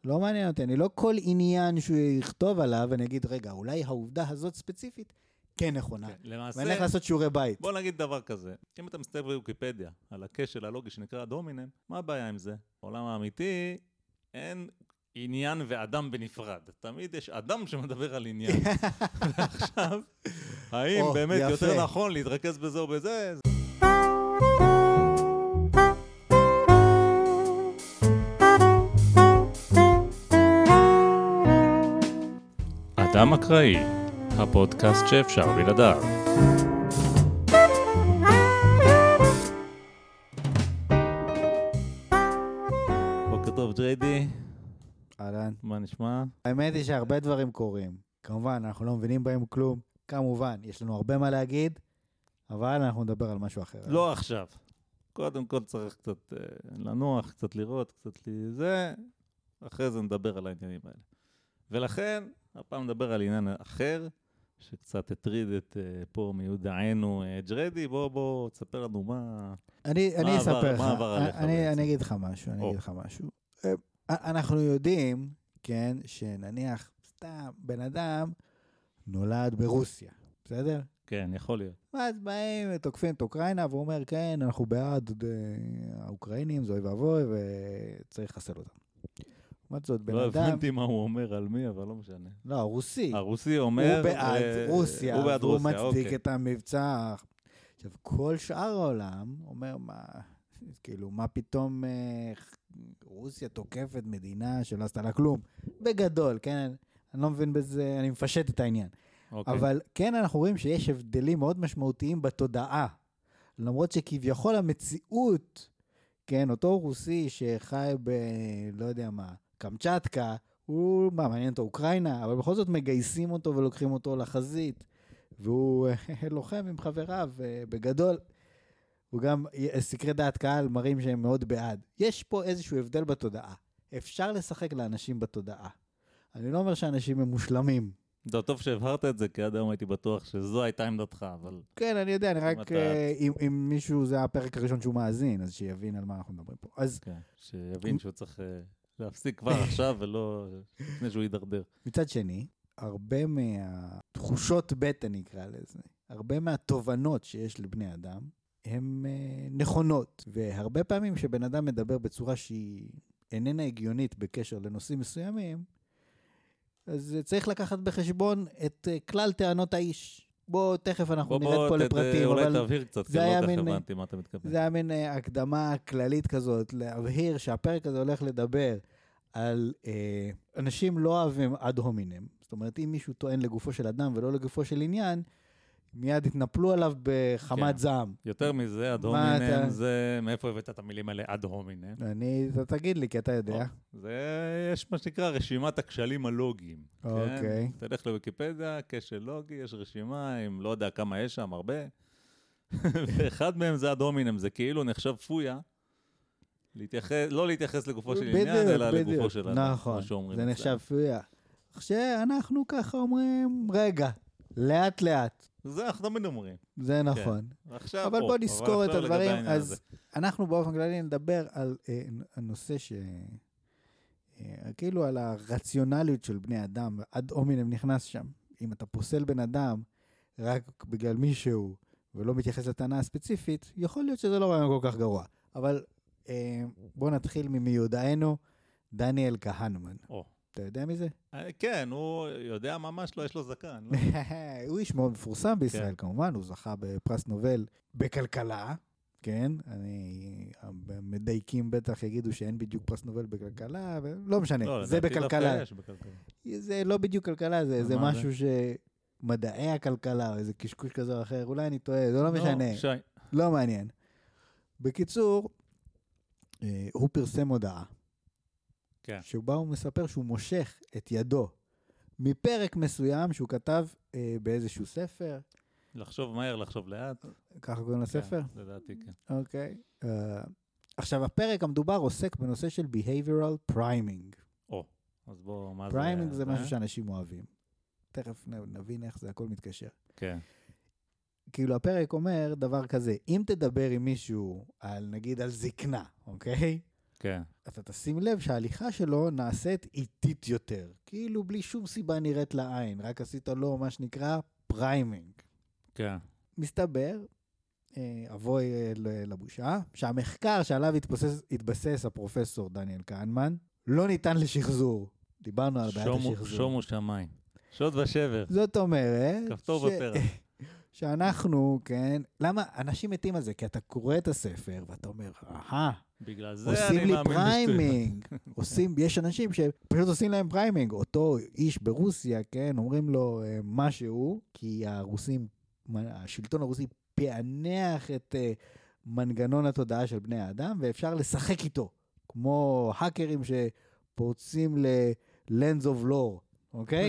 לא מעניין אותי, אני לא כל עניין שהוא יכתוב עליו, אני אגיד, רגע, אולי העובדה הזאת ספציפית כן נכונה. למעשה, ואני הולך לעשות שיעורי בית. בוא נגיד דבר כזה, אם אתה מסתכל בוויקיפדיה על הכשל הלוגי שנקרא הדומינם, מה הבעיה עם זה? בעולם האמיתי אין עניין ואדם בנפרד. תמיד יש אדם שמדבר על עניין. ועכשיו, האם באמת יותר נכון להתרכז בזה או בזה? אדם אקראי, הפודקאסט שאפשר בלעדיו. בוקר טוב ג'ריידי. אהלן. מה נשמע? האמת היא שהרבה דברים קורים. כמובן, אנחנו לא מבינים בהם כלום. כמובן, יש לנו הרבה מה להגיד, אבל אנחנו נדבר על משהו אחר. לא עכשיו. קודם כל צריך קצת לנוח, קצת לראות, קצת זה. אחרי זה נדבר על העניינים האלה. ולכן, הפעם נדבר על עניין אחר, שקצת הטריד את פה מיודענו ג'רדי. בוא, תספר לנו מה... אני אספר לך. מה עבר עליך בעצם? אני אגיד לך משהו, אנחנו יודעים, כן, שנניח סתם בן אדם נולד ברוסיה, בסדר? כן, יכול להיות. ואז באים, תוקפים את אוקראינה, והוא אומר, כן, אנחנו בעד האוקראינים, זה אוי ואבוי, וצריך לחסל אותם. מה זאת, בן אדם... לא הבנתי מה הוא אומר על מי, אבל לא משנה. לא, הרוסי. הרוסי אומר... הוא בעד רוסיה, והוא מצדיק אוקיי. את המבצע. עכשיו, כל שאר העולם אומר, כאילו, מה פתאום רוסיה תוקפת מדינה שלא עשתה לה כלום? בגדול, כן? אני לא מבין בזה, אני מפשט את העניין. אוקיי. אבל כן אנחנו רואים שיש הבדלים מאוד משמעותיים בתודעה. למרות שכביכול המציאות, כן, אותו רוסי שחי לא יודע מה, קמצ'טקה, הוא, מעניין אותו אוקראינה, אבל בכל זאת מגייסים אותו ולוקחים אותו לחזית, והוא לוחם עם חבריו, בגדול. הוא גם, סקרי דעת קהל מראים שהם מאוד בעד. יש פה איזשהו הבדל בתודעה. אפשר לשחק לאנשים בתודעה. אני לא אומר שאנשים הם מושלמים. זה טוב שהבהרת את זה, כי עד היום הייתי בטוח שזו הייתה עמדתך, אבל... כן, אני יודע, אני רק, אם מישהו, זה הפרק הראשון שהוא מאזין, אז שיבין על מה אנחנו מדברים פה. אז... כן, שיבין שהוא צריך להפסיק כבר עכשיו, ולא לפני שהוא יידרדר. מצד שני, הרבה מהתחושות בטן, נקרא לזה, הרבה מהתובנות שיש לבני אדם, הן נכונות. והרבה פעמים שבן אדם מדבר בצורה שהיא איננה הגיונית בקשר לנושאים מסוימים, אז צריך לקחת בחשבון את כלל טענות האיש. בוא, תכף אנחנו נרד פה לפרטים. אולי תבהיר קצת, כי לא כך הבנתי מה אתה מתכוון. זה היה מין הקדמה כללית כזאת, להבהיר שהפרק הזה הולך לדבר על אנשים לא אוהבים עד הומינם. זאת אומרת, אם מישהו טוען לגופו של אדם ולא לגופו של עניין, מיד התנפלו עליו בחמת זעם. יותר מזה, עד הומינם זה... מאיפה הבאת את המילים האלה עד הומינם? אתה תגיד לי, כי אתה יודע. יש מה שנקרא רשימת הכשלים הלוגיים. אוקיי. תלך לוויקיפדיה, כשל לוגי, יש רשימה, עם לא יודע כמה יש שם, הרבה. ואחד מהם זה עד הומינם, זה כאילו נחשב פויה. לא להתייחס לגופו של עניין, אלא לגופו של אדם. נכון, זה נחשב פויה. כשאנחנו ככה אומרים, רגע, לאט לאט. זה אנחנו תמיד אומרים. זה נכון. אבל בוא נזכור את הדברים. אז אנחנו באופן כללי נדבר על הנושא כאילו על הרציונליות של בני אדם. עד הומינם נכנס שם. אם אתה פוסל בן אדם רק בגלל מישהו ולא מתייחס לטענה הספציפית, יכול להיות שזה לא רעיון כל כך גרוע. אבל בוא נתחיל ממיודענו, דניאל כהנמן. אתה יודע מי זה? כן, הוא יודע ממש לא, יש לו זקן. הוא איש מאוד מפורסם בישראל, כמובן, הוא זכה בפרס נובל בכלכלה, כן? מדייקים בטח יגידו שאין בדיוק פרס נובל בכלכלה, לא משנה, זה בכלכלה. זה לא בדיוק כלכלה, זה משהו שמדעי הכלכלה, או איזה קשקוש כזה או אחר, אולי אני טועה, זה לא משנה. לא מעניין. בקיצור, הוא פרסם הודעה. שבה הוא מספר שהוא מושך את ידו מפרק מסוים שהוא כתב באיזשהו ספר. לחשוב מהר, לחשוב לאט. ככה קוראים לספר? כן, לדעתי, כן. אוקיי. עכשיו, הפרק המדובר עוסק בנושא של behavioral priming. אז בוא, מה זה? priming זה משהו שאנשים אוהבים. תכף נבין איך זה הכל מתקשר. כן. כאילו, הפרק אומר דבר כזה, אם תדבר עם מישהו על, נגיד, על זקנה, אוקיי? כן. אתה תשים לב שההליכה שלו נעשית איטית יותר, כאילו בלי שום סיבה נראית לעין, רק עשית לו מה שנקרא פריימינג. כן. מסתבר, אבוי לבושה, שהמחקר שעליו התבסס הפרופסור דניאל כהנמן, לא ניתן לשחזור. דיברנו על בעיית השחזור. שומו שמיים. שוד ושבר. זאת אומרת, כפתור ופרח. שאנחנו, כן, למה אנשים מתים על זה? כי אתה קורא את הספר ואתה אומר, בגלל זה עושים אני לי מאמין פריימינג. יש אנשים שפשוט עושים להם פריימינג. אותו איש ברוסיה, כן, אומרים לו משהו, כי השלטון הרוסי פענח את מנגנון התודעה של בני האדם, ואפשר לשחק איתו, כמו האקרים שפורצים ל-Lens of Lore, אוקיי?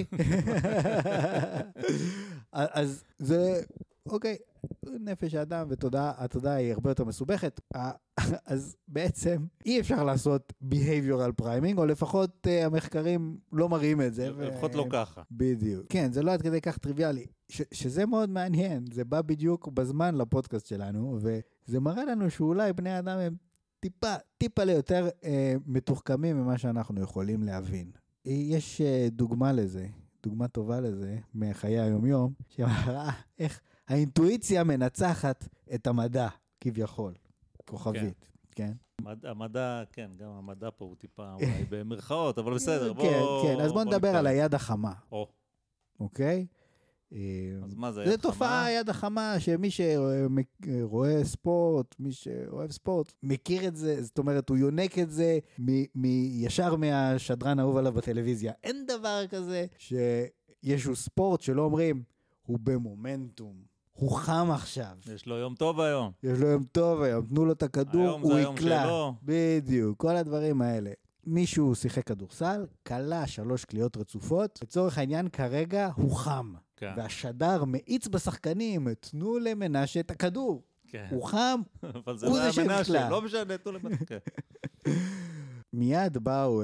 אז זה, אוקיי, נפש האדם והתודעה היא הרבה יותר מסובכת, אז בעצם אי אפשר לעשות behavioral priming, או לפחות המחקרים לא מראים את זה. לפחות לא ככה. בדיוק. כן, זה לא עד כדי כך טריוויאלי, שזה מאוד מעניין, זה בא בדיוק בזמן לפודקאסט שלנו, וזה מראה לנו שאולי בני האדם הם טיפה ליותר מתוחכמים ממה שאנחנו יכולים להבין. יש דוגמה לזה, דוגמה טובה לזה, מחיי היומיום, שמראה איך האינטואיציה מנצחת את המדע, כביכול, כוכבית, כן? המדע, כן, גם המדע פה הוא טיפה אולי במרכאות, אבל בסדר, כן, אז בוא נדבר על היד החמה, אוקיי? אז מה זה? זה תופעה היד החמה, שמי שרואה ספורט, מי שאוהב ספורט, מכיר את זה, זאת אומרת, הוא יונק את זה ישר מהשדרן האהוב עליו בטלוויזיה. אין דבר כזה שישו ספורט שלא אומרים, הוא במומנטום, הוא חם עכשיו. יש לו יום טוב היום. יש לו יום טוב היום, תנו לו את הכדור, הוא יקלע. שלו. בדיוק, כל הדברים האלה. מישהו שיחק כדורסל, קלה 3 קליעות רצופות, לצורך העניין כרגע הוא חם. כן. והשדר מאיץ בשחקנים, תנו למנשה את הכדור. כן. הוא חם, אבל זה הוא לא זה שנקלע. מנשה, לא משנה, תנו למנשה. מיד באו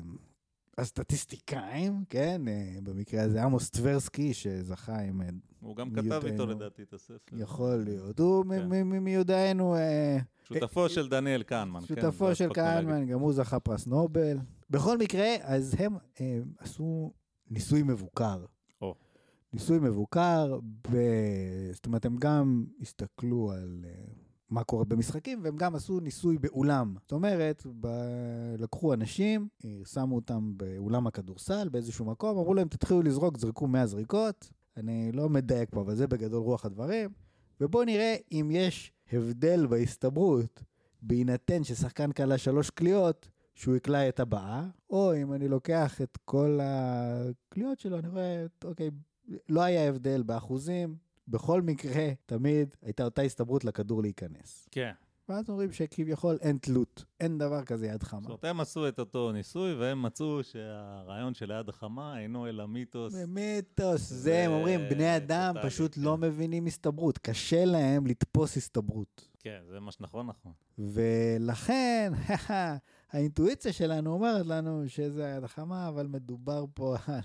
הסטטיסטיקאים, כן, במקרה הזה עמוס טברסקי, שזכה עם הוא גם כתב איתו לדעתי את הספר. יכול להיות, הוא מיודענו... שותפו של דניאל כהנמן. שותפו של כהנמן, גם הוא זכה פרס נובל. בכל מקרה, אז הם עשו ניסוי מבוקר. ניסוי מבוקר, זאת אומרת, הם גם הסתכלו על מה קורה במשחקים, והם גם עשו ניסוי באולם. זאת אומרת, לקחו אנשים, שמו אותם באולם הכדורסל, באיזשהו מקום, אמרו להם, תתחילו לזרוק, זרקו 100 זריקות. אני לא מדייק פה, אבל זה בגדול רוח הדברים. ובואו נראה אם יש הבדל בהסתברות, בהינתן ששחקן קלה 3 קליעות, שהוא יקלע את הבאה, או אם אני לוקח את כל הקליעות שלו, אני רואה, אוקיי, לא היה הבדל באחוזים, בכל מקרה, תמיד הייתה אותה הסתברות לכדור להיכנס. כן. ואז אומרים שכביכול אין תלות, אין דבר כזה יד חמה. זאת אומרת, הם עשו את אותו ניסוי, והם מצאו שהרעיון של היד החמה אינו אלא מיתוס. מיתוס, זה הם אומרים, בני אדם פשוט לא מבינים הסתברות, קשה להם לתפוס הסתברות. כן, זה מה שנכון, נכון. ולכן, האינטואיציה שלנו אומרת לנו שזה היד החמה, אבל מדובר פה על...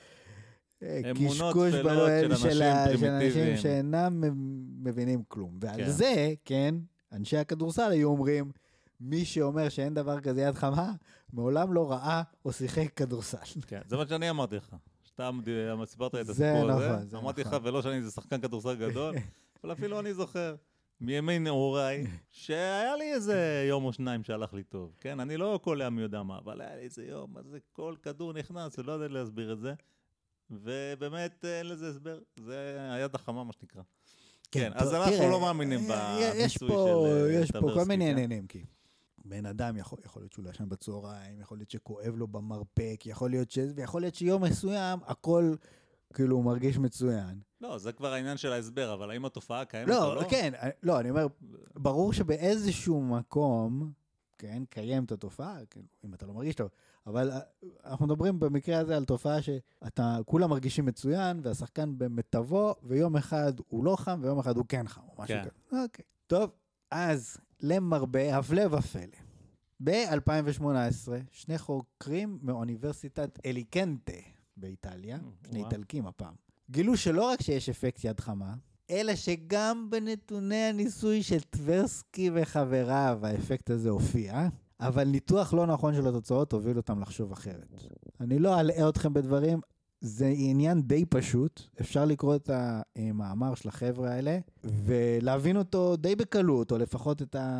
קשקוש ברואל של אנשים שאינם מבינים כלום. ועל זה, כן, אנשי הכדורסל היו אומרים, מי שאומר שאין דבר כזה יד חמה, מעולם לא ראה או שיחק כדורסל. כן, זה מה שאני אמרתי לך. שאתה סיפרת את הסיפור הזה, אמרתי לך, ולא שאני איזה שחקן כדורסל גדול, אבל אפילו אני זוכר, מימי נעוריי, שהיה לי איזה יום או שניים שהלך לי טוב. כן, אני לא כל יום יודע מה, אבל היה לי איזה יום, אז כל כדור נכנס, ולא יודע להסביר את זה. ובאמת אין לזה הסבר, זה היד החמה מה שנקרא. כן, אז אנחנו לא מאמינים בניסוי של טברסקי. יש פה כל מיני עניינים, כי בן אדם יכול להיות שהוא לא ישן בצהריים, יכול להיות שכואב לו במרפק, יכול להיות שיום מסוים הכל כאילו מרגיש מצוין. לא, זה כבר העניין של ההסבר, אבל האם התופעה קיימת או לא? כן, לא, אני אומר, ברור שבאיזשהו מקום, כן, קיימת התופעה, אם אתה לא מרגיש טוב, אבל אנחנו מדברים במקרה הזה על תופעה שאתה, כולם מרגישים מצוין, והשחקן במטבו, ויום אחד הוא לא חם, ויום אחד הוא כן חם, או משהו כזה. אוקיי. טוב, אז למרבה הפלא ופלא. ב-2018, 2 חוקרים מאוניברסיטת אליקנטה באיטליה, שני איטלקים הפעם, גילו שלא רק שיש אפקט יד חמה, אלא שגם בנתוני הניסוי של טברסקי וחבריו האפקט הזה הופיע, אבל ניתוח לא נכון של התוצאות הוביל אותם לחשוב אחרת. אני לא אלאה אתכם בדברים, זה עניין די פשוט, אפשר לקרוא את המאמר של החבר'ה האלה, ולהבין אותו די בקלות, או לפחות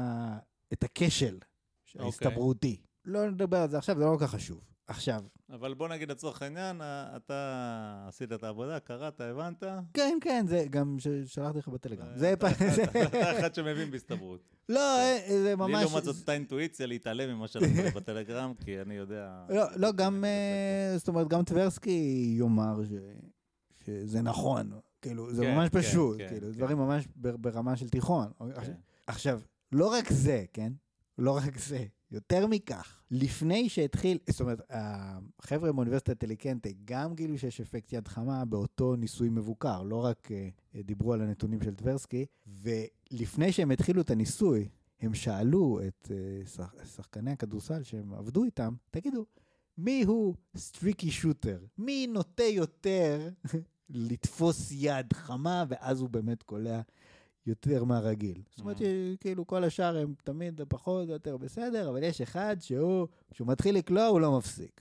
את הכשל ההסתברותי. לא נדבר על זה עכשיו, זה לא כל כך חשוב. עכשיו. אבל בוא נגיד לצורך העניין, אתה עשית את העבודה, קראת, הבנת? כן, כן, זה גם שלחתי לך בטלגרם. אתה אחד שמבין בהסתברות. לא, זה ממש... לי לעומת זאת, את האינטואיציה להתעלם ממה שלחתי לך בטלגרם, כי אני יודע... לא, גם, זאת אומרת, גם טברסקי יאמר שזה נכון. כאילו, זה ממש פשוט. כאילו, דברים ממש ברמה של תיכון. עכשיו, לא רק זה, כן? לא רק זה. יותר מכך, לפני שהתחיל, זאת אומרת, החבר'ה מאוניברסיטת אליקנטה גם גילו שיש אפקט יד חמה באותו ניסוי מבוקר, לא רק דיברו על הנתונים של טברסקי, ולפני שהם התחילו את הניסוי, הם שאלו את שחקני הכדורסל שהם עבדו איתם, תגידו, מי הוא סטריקי שוטר? מי נוטה יותר לתפוס יד חמה, ואז הוא באמת קולע יותר מהרגיל. זאת אומרת, כאילו כל השאר הם תמיד פחות או יותר בסדר, אבל יש אחד שהוא מתחיל לקלוע, הוא לא מפסיק.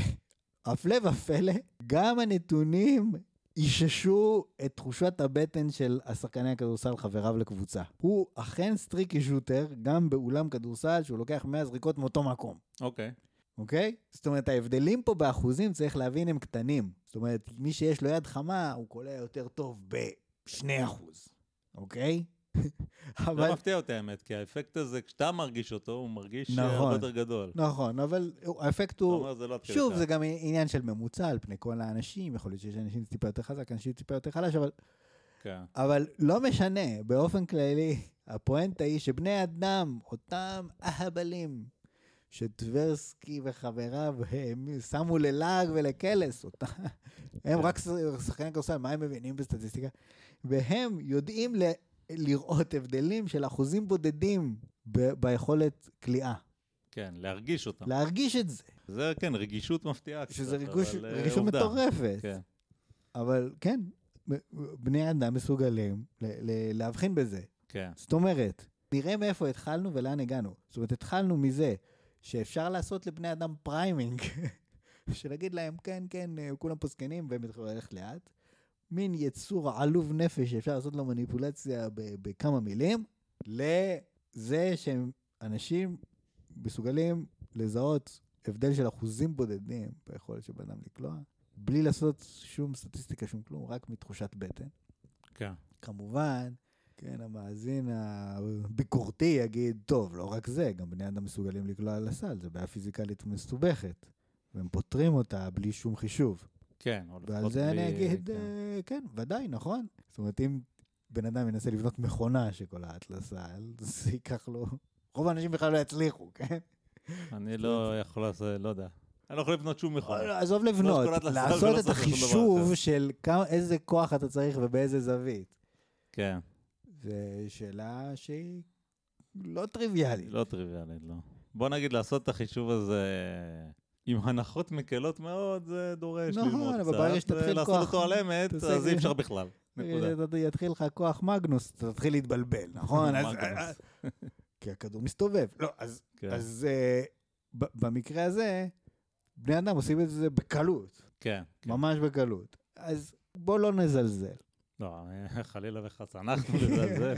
והפלא ופלא, גם הנתונים איששו את תחושת הבטן של השחקני הכדורסל חבריו לקבוצה. הוא אכן סטריקי שוטר, גם באולם כדורסל, שהוא לוקח 100 זריקות מאותו מקום. אוקיי. אוקיי? זאת אומרת, ההבדלים פה באחוזים, צריך להבין, הם קטנים. זאת אומרת, מי שיש לו יד חמה, הוא קולע יותר טוב ב2%. אוקיי? לא מפתיע אותי האמת, כי האפקט הזה, כשאתה מרגיש אותו, הוא מרגיש הרבה יותר גדול. נכון, אבל האפקט הוא... שוב, זה גם עניין של ממוצע על פני כל האנשים, יכול להיות שיש אנשים טיפה יותר חזק, אנשים טיפה יותר חלש, אבל לא משנה, באופן כללי, הפואנטה היא שבני אדם, אותם אהבלים, שטברסקי וחבריו הם שמו ללעג ולקלס, הם רק שחקני כדורסל, מה הם מבינים בסטטיסטיקה? והם יודעים לראות הבדלים של אחוזים בודדים ביכולת קליעה. כן, להרגיש אותם. להרגיש את זה. זה כן, רגישות מפתיעה. שזה רגישות מטורפת. כן. אבל כן, בני אדם מסוגלים להבחין בזה. כן. זאת אומרת, נראה מאיפה התחלנו ולאן הגענו. זאת אומרת, התחלנו מזה שאפשר לעשות לבני אדם פריימינג, שלהגיד להם, כן, כן, כולם פה זקנים והם יתחילו ללכת לאט. מין יצור עלוב נפש שאפשר לעשות לו מניפולציה בכמה מילים, לזה שהם אנשים מסוגלים לזהות הבדל של אחוזים בודדים ביכולת של בן אדם לקלוע, בלי לעשות שום סטטיסטיקה, שום כלום, רק מתחושת בטן. כן. כמובן, כן, המאזין הביקורתי יגיד, טוב, לא רק זה, גם בני אדם מסוגלים לקלוע על הסל, זה בעיה פיזיקלית מסובכת, והם פותרים אותה בלי שום חישוב. כן. ועל זה אני אגיד, כן, ודאי, נכון. זאת אומרת, אם בן אדם ינסה לבנות מכונה שקולעת לסל, זה ייקח לו... רוב האנשים בכלל לא יצליחו, כן? אני לא יכול לעשות, לא יודע. אני לא יכול לבנות שום מכונה. עזוב לבנות, לעשות את החישוב של איזה כוח אתה צריך ובאיזה זווית. כן. זו שאלה שהיא לא טריוויאלית. לא טריוויאלית, לא. בוא נגיד, לעשות את החישוב הזה... עם הנחות מקלות מאוד, זה דורש ללמוד קצת, ולעשות אותו על אמת, אז אי אפשר בכלל. יתחיל לך כוח מגנוס, אתה תתחיל להתבלבל, נכון? כי הכדור מסתובב. לא, אז במקרה הזה, בני אדם עושים את זה בקלות. כן. ממש בקלות. אז בוא לא נזלזל. לא, חלילה וחס, אנחנו נזלזל.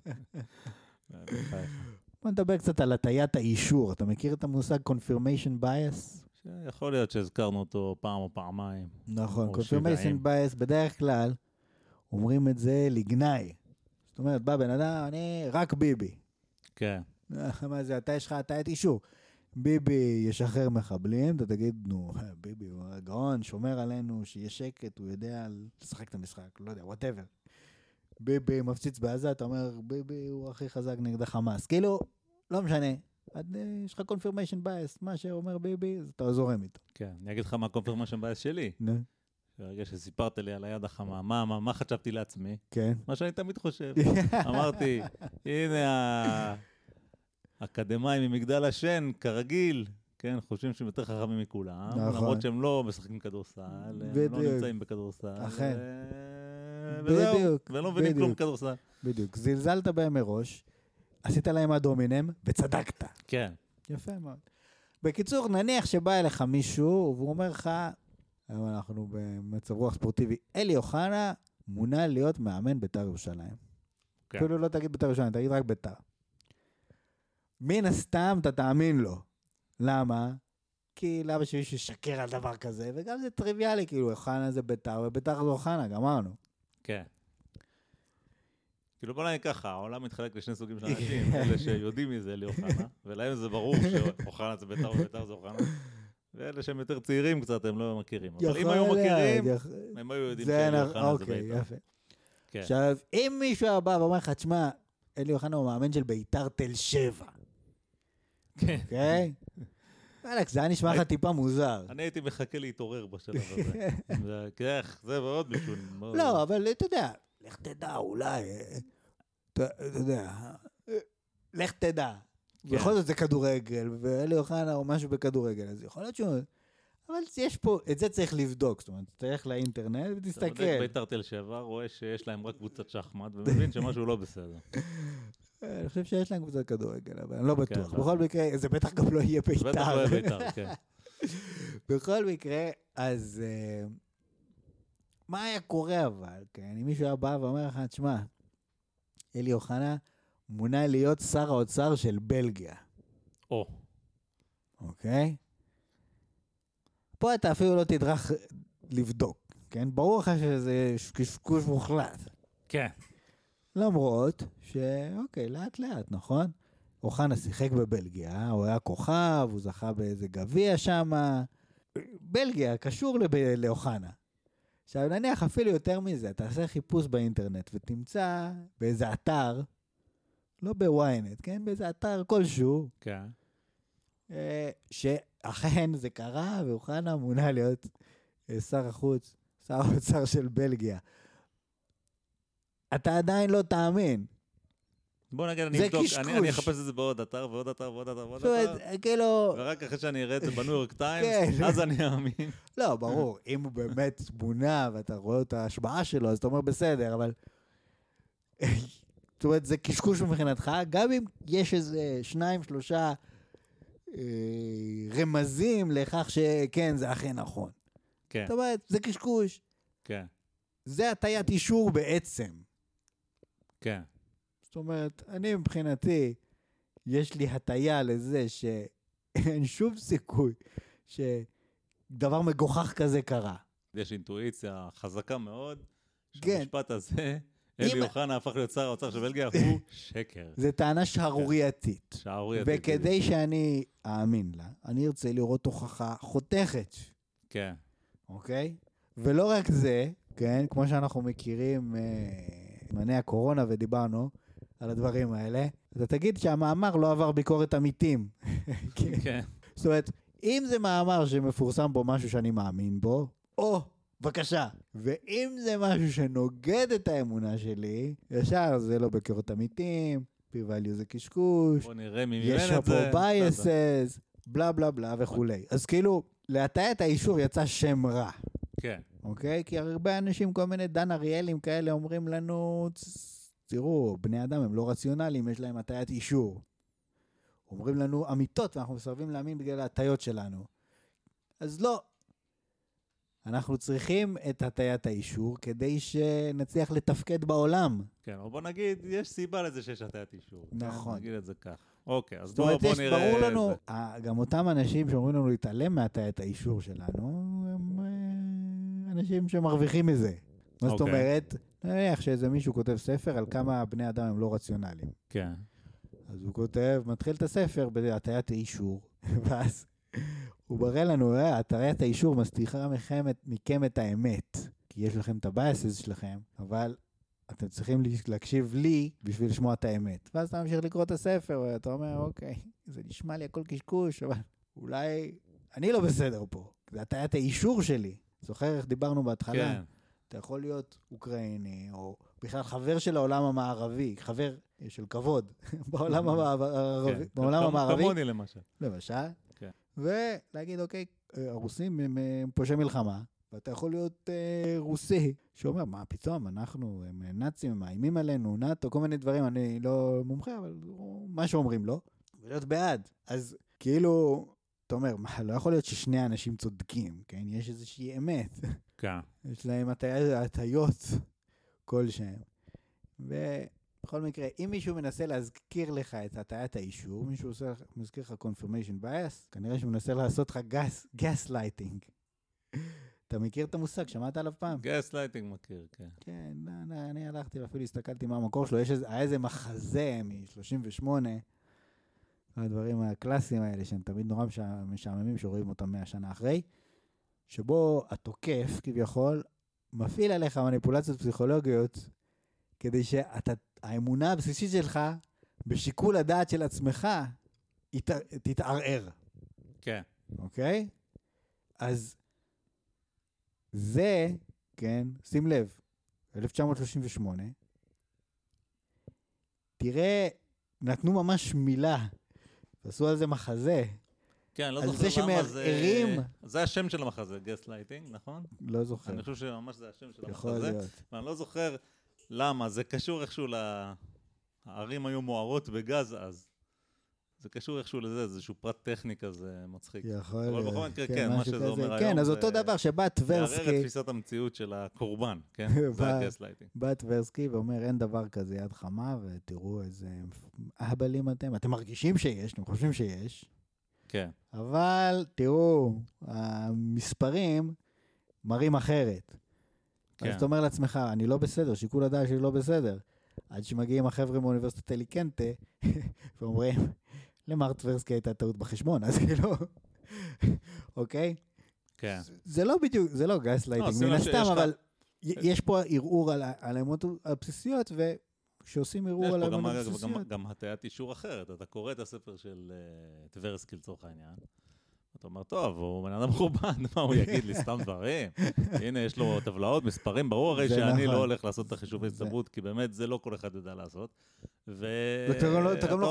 בוא נדבר קצת על הטיית האישור. אתה מכיר את המושג confirmation bias? יכול להיות שהזכרנו אותו פעם או פעמיים. נכון, confirmation bias בדרך כלל אומרים את זה לגנאי. זאת אומרת, בא בן אדם, אני רק ביבי. כן. מה זה, אתה יש לך הטיית אישור. ביבי ישחרר מחבלים, אתה תגיד, נו, ביבי הוא הגאון, שומר עלינו, שיהיה שקט, הוא יודע לשחק את המשחק, לא יודע, whatever. ביבי מפציץ בעזה, אתה אומר, ביבי הוא הכי חזק נגד החמאס. כאילו, לא משנה. יש לך confirmation bias, מה שאומר ביבי, אז אתה זורם איתו. כן, אני אגיד לך מה confirmation bias שלי. ברגע שסיפרת לי על היד החמה, מה חשבתי לעצמי? כן. מה שאני תמיד חושב. אמרתי, הנה האקדמיים ממגדל השן, כרגיל, כן, חושבים שהם יותר חכמים מכולם, למרות שהם לא משחקים כדורסל, הם לא נמצאים בכדורסל. אכן. וזהו, ולא מבינים כלום בכדורסל. בדיוק, זלזלת בהם מראש, עשית להם הדומינם וצדקת. כן. יפה מאוד. בקיצור, נניח שבא אליך מישהו, והוא אומר לך, היום אנחנו במצב רוח ספורטיבי, אלי אוחנה מונה להיות מאמן בית"ר ירושלים. כן. אפילו לא תגיד בית"ר ירושלים, תגיד רק בית"ר. מן הסתם אתה תאמין לו. למה? כי למה שמישהו ישקר על דבר כזה, וגם זה טריוויאלי, כאילו, אוחנה זה בית"ר, ובית"ר זה אוחנה, גמרנו. כן. כאילו בוא נגיד ככה, העולם מתחלק לשני סוגים של אנשים, אלה שיודעים מי זה אלי אוחנה, ולהם זה ברור שאוחנה זה בית"ר ובית"ר זה אוחנה, ואלה שהם יותר צעירים קצת, הם לא מכירים. אבל אם היו מכירים, הם היו יודעים שאלי אוחנה זה בית"ר. יפה. עכשיו, אם מישהו הבא ואומר לך, תשמע, אלי אוחנה הוא מאמן של בית"ר תל שבע. כן. אוקיי? אלכס, זה היה נשמע לך טיפה מוזר. אני הייתי מחכה להתעורר בשלב הזה. זה מאוד משון. לא, אבל אתה יודע, לך תדע, אולי, אתה יודע, לך תדע. בכל זאת זה כדורגל, ואלי אוחנה או משהו בכדורגל, אז יכול להיות שהוא... אבל יש פה, את זה צריך לבדוק, זאת אומרת, תלך לאינטרנט ותסתכל. אתה בודק בית"ר תל שבע, רואה שיש להם רק קבוצת שחמט, ומבין שמשהו לא בסדר. אני חושב שיש להם קבוצת כדורגל, אבל אני לא בטוח. בכל מקרה, זה בטח גם לא יהיה בית"ר. זה בטח לא יהיה בית"ר, כן. בכל מקרה, אז מה היה קורה אבל? אם מישהו היה בא ואומר לך, תשמע, אלי אוחנה מונה להיות שר האוצר של בלגיה. או. אוקיי? פה אתה אפילו לא תדרך לבדוק, כן? ברור לך שזה קשקוש מוחלט. כן. למרות שאוקיי, לאט לאט, נכון? אוחנה שיחק בבלגיה, הוא היה כוכב, הוא זכה באיזה גביע שם. בלגיה קשור לאוחנה. עכשיו נניח אפילו יותר מזה, תעשה חיפוש באינטרנט ותמצא באיזה אתר, לא בוויינט, כן? באיזה אתר כלשהו. כן. שאכן זה קרה, ואוחנה מונה להיות שר החוץ, שר האוצר של בלגיה. אתה עדיין לא תאמין. בוא נגיד, אני אבדוק, אני אחפש את זה בעוד אתר, ועוד אתר, ועוד אתר, ועוד אתר. כאילו... ורק אחרי שאני אראה את זה בניו יורק טיימס, אז אני אאמין. לא, ברור, אם הוא באמת מונה, ואתה רואה את ההשפעה שלו, אז אתה אומר בסדר, אבל... זאת אומרת, זה קשקוש מבחינתך, גם אם יש איזה 2-3 רמזים לכך שכן, זה אכן נכון. כן. זאת אומרת, זה קשקוש. כן. זה הטיית אישור בעצם. כן. זאת אומרת, אני מבחינתי, יש לי הטיה לזה שאין שום סיכוי שדבר מגוחך כזה קרה. יש אינטואיציה חזקה מאוד, כן. שהמשפט הזה, אלי אוחנה הפך להיות שר האוצר של בלגיה, הוא שקר. זה טענה שערורייתית. שערורייתית. וכדי שאני אאמין לה, אני ארצה לראות הוכחה חותכת. כן. אוקיי? ולא רק זה, כן, כמו שאנחנו מכירים מנה הקורונה ודיברנו על הדברים האלה, אתה תגיד שהמאמר לא עבר ביקורת עמיתים. כן. זאת אומרת, אם זה מאמר שמפורסם בו משהו שאני מאמין בו, בבקשה. ואם זה משהו שנוגד את האמונה שלי, ישר זה לא ביקורת עמיתים, פי-ואליו זה קשקוש, בוא נראה מי יש מימן את זה. פה בייסס, בלה בלה בלה וכולי. אז כאילו, להטיית האישור יצא שם רע. כן. אוקיי? כי הרבה אנשים, כל מיני דן אריאלים כאלה, אומרים לנו, תראו, בני אדם הם לא רציונליים, יש להם הטיית אישור. אומרים לנו אמיתות, ואנחנו מסרבים להאמין בגלל ההטיות שלנו. אז לא. אנחנו צריכים את הטיית האישור, כדי שנצליח לתפקד בעולם. כן, אבל בוא נגיד, יש סיבה לזה שיש הטיית אישור. נכון. נגיד את זה כך. אוקיי, אז זאת אומרת, בוא נראה... ברור לנו, גם אותם אנשים שאומרים לנו להתעלם מהטיית האישור שלנו, הם אנשים שמרוויחים מזה. מה זאת אומרת? נניח שאיזה מישהו כותב ספר על כמה בני אדם הם לא רציונליים. כן. אז הוא כותב, מתחיל את הספר בהטיית האישור, ואז הוא מראה לנו, הטיית האישור מסתירה מכם את האמת, כי יש לכם את הבייסס שלכם, אבל אתם צריכים להקשיב לי בשביל לשמוע את האמת. ואז אתה ממשיך לקרוא את הספר, ואתה אומר, אוקיי, זה נשמע לי הכל קשקוש, אבל אולי אני לא בסדר פה. זה הטיית האישור שלי. זוכר איך דיברנו בהתחלה? כן. אתה יכול להיות אוקראיני, או בכלל חבר של העולם המערבי, חבר של כבוד בעולם המערבי. כמוני למשל. למשל. כן. ולהגיד, אוקיי, הרוסים הם פושעי מלחמה, ואתה יכול להיות רוסי, שאומר, מה פתאום, אנחנו, הם נאצים, הם מאיימים עלינו, נאטו, כל מיני דברים, אני לא מומחה, אבל מה שאומרים לו, ולהיות בעד. אז כאילו, אתה אומר, מה, לא יכול להיות ששני אנשים צודקים, כן? יש איזושהי אמת. כן. יש להם הטיות כלשהם. ובכל מקרה, אם מישהו מנסה להזכיר לך את הטיית האישור, מישהו מזכיר לך confirmation bias, כנראה שהוא מנסה לעשות לך gaslighting. אתה מכיר את המושג? שמעת עליו פעם? גסלייטינג מכיר, כן. כן, אני הלכתי ואפילו הסתכלתי מה המקור שלו. היה איזה מחזה מ-38, הדברים הקלאסיים האלה, שהם תמיד נורא משעממים, שרואים אותם 100 שנה אחרי, שבו התוקף, כביכול, מפעיל עליך מניפולציות פסיכולוגיות, כדי שהאמונה הבסיסית שלך, בשיקול הדעת של עצמך, תתערער. כן. אוקיי? אז זה, כן, שים לב, 1938, תראה, נתנו ממש מילה, ועשו על זה מחזה. כן, לא על זוכר זה למה שמערערים. זה השם של המחזה, גסלייטינג, נכון? לא זוכר. אני חושב שממש זה השם של יכול המחזה. להיות. ואני לא זוכר למה, זה קשור איכשהו הערים היו מוארות בגז אז. זה קשור איכשהו לזה, זה איזשהו פרט טכני כזה מצחיק. יכול אבל להיות. בכל מקרה, כן, מה שזה אומר היום, כן, אז אותו דבר שבא לערער את טברסקי, תפיסת המציאות של הקורבן, כן? זה הגסלייטינג. בא טברסקי ואומר, אין דבר כזה יד חמה, ותראו איזה אהבלים אתם מרגישים שיש, אתם חושבים שיש, כן. אבל תראו, המספרים מראים אחרת. כן. אז אתה אומר לעצמך, אני לא בסדר, שיקול הדעת שלי לא בסדר. עד שמגיעים החבר'ה מאוניברסיטת אליקנטה, ואומרים, למר טברסקי הייתה טעות בחשבון, אז כאילו, אוקיי? כן. זה לא בדיוק, זה לא גסלייטינג מן הסתם, אבל יש פה ערעור על האמות הבסיסיות, וכשעושים ערעור על האמות הבסיסיות. יש פה גם הטיית אישור אחרת. אתה קורא את הספר של טברסקי לצורך העניין, אתה אומר, טוב, הוא בן אדם חורבן, מה הוא יגיד לי, סתם דברים? הנה, יש לו טבלאות, מספרים, ברור הרי שאני לא הולך לעשות את החישובי הסתברות, כי באמת זה לא כל אחד יודע לעשות. אתה גם לא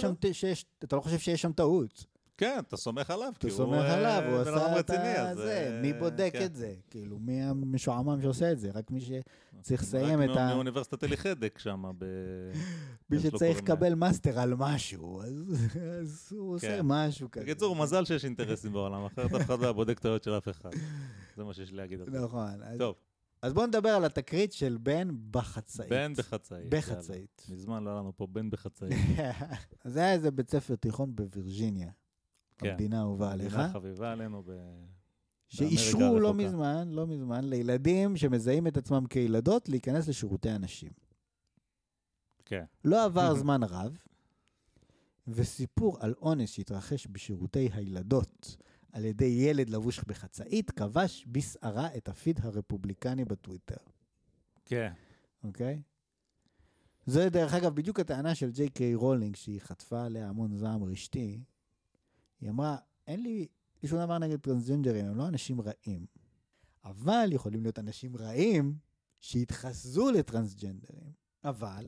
חושב שיש שם טעות. כן, אתה סומך עליו, אתה סומך עליו, הוא עשה את זה. מי בודק את זה? כאילו, מי המשועמם שעושה את זה? רק מי שצריך לסיים את ה... מאוניברסיטת אליחדק שם. מי שצריך לקבל מאסטר על משהו, אז הוא עושה משהו כזה. בקיצור, מזל שיש אינטרסים בעולם, אחרת אף אחד לא בודק טעויות של אף אחד. זה מה שיש להגיד על זה. נכון. טוב. אז בואו נדבר על התקרית של בן בחצאית. בן בחצאית. בחצאית. מזמן לא היה לנו פה בן בחצאית. אז היה איזה בית ספר תיכון בווירג'יניה. המדינה האהובה עליך. המדינה חביבה עלינו שאישרו לא מזמן לילדים שמזהים את עצמם כילדות להיכנס לשירותי אנשים. כן. לא עבר זמן רב, וסיפור על אונס שהתרחש בשירותי הילדות על ידי ילד לבוש בחצאית, כבש בסערה את הפיד הרפובליקני בטוויטר. כן. אוקיי? זה דרך אגב בדיוק הטענה של ג'יי קיי רולינג, שהיא חטפה עליה המון זעם רשתי. היא אמרה, אין לי שום דבר נגד טרנסג'נדרים, הם לא אנשים רעים. אבל יכולים להיות אנשים רעים שהתחזו לטרנסג'נדרים. אבל,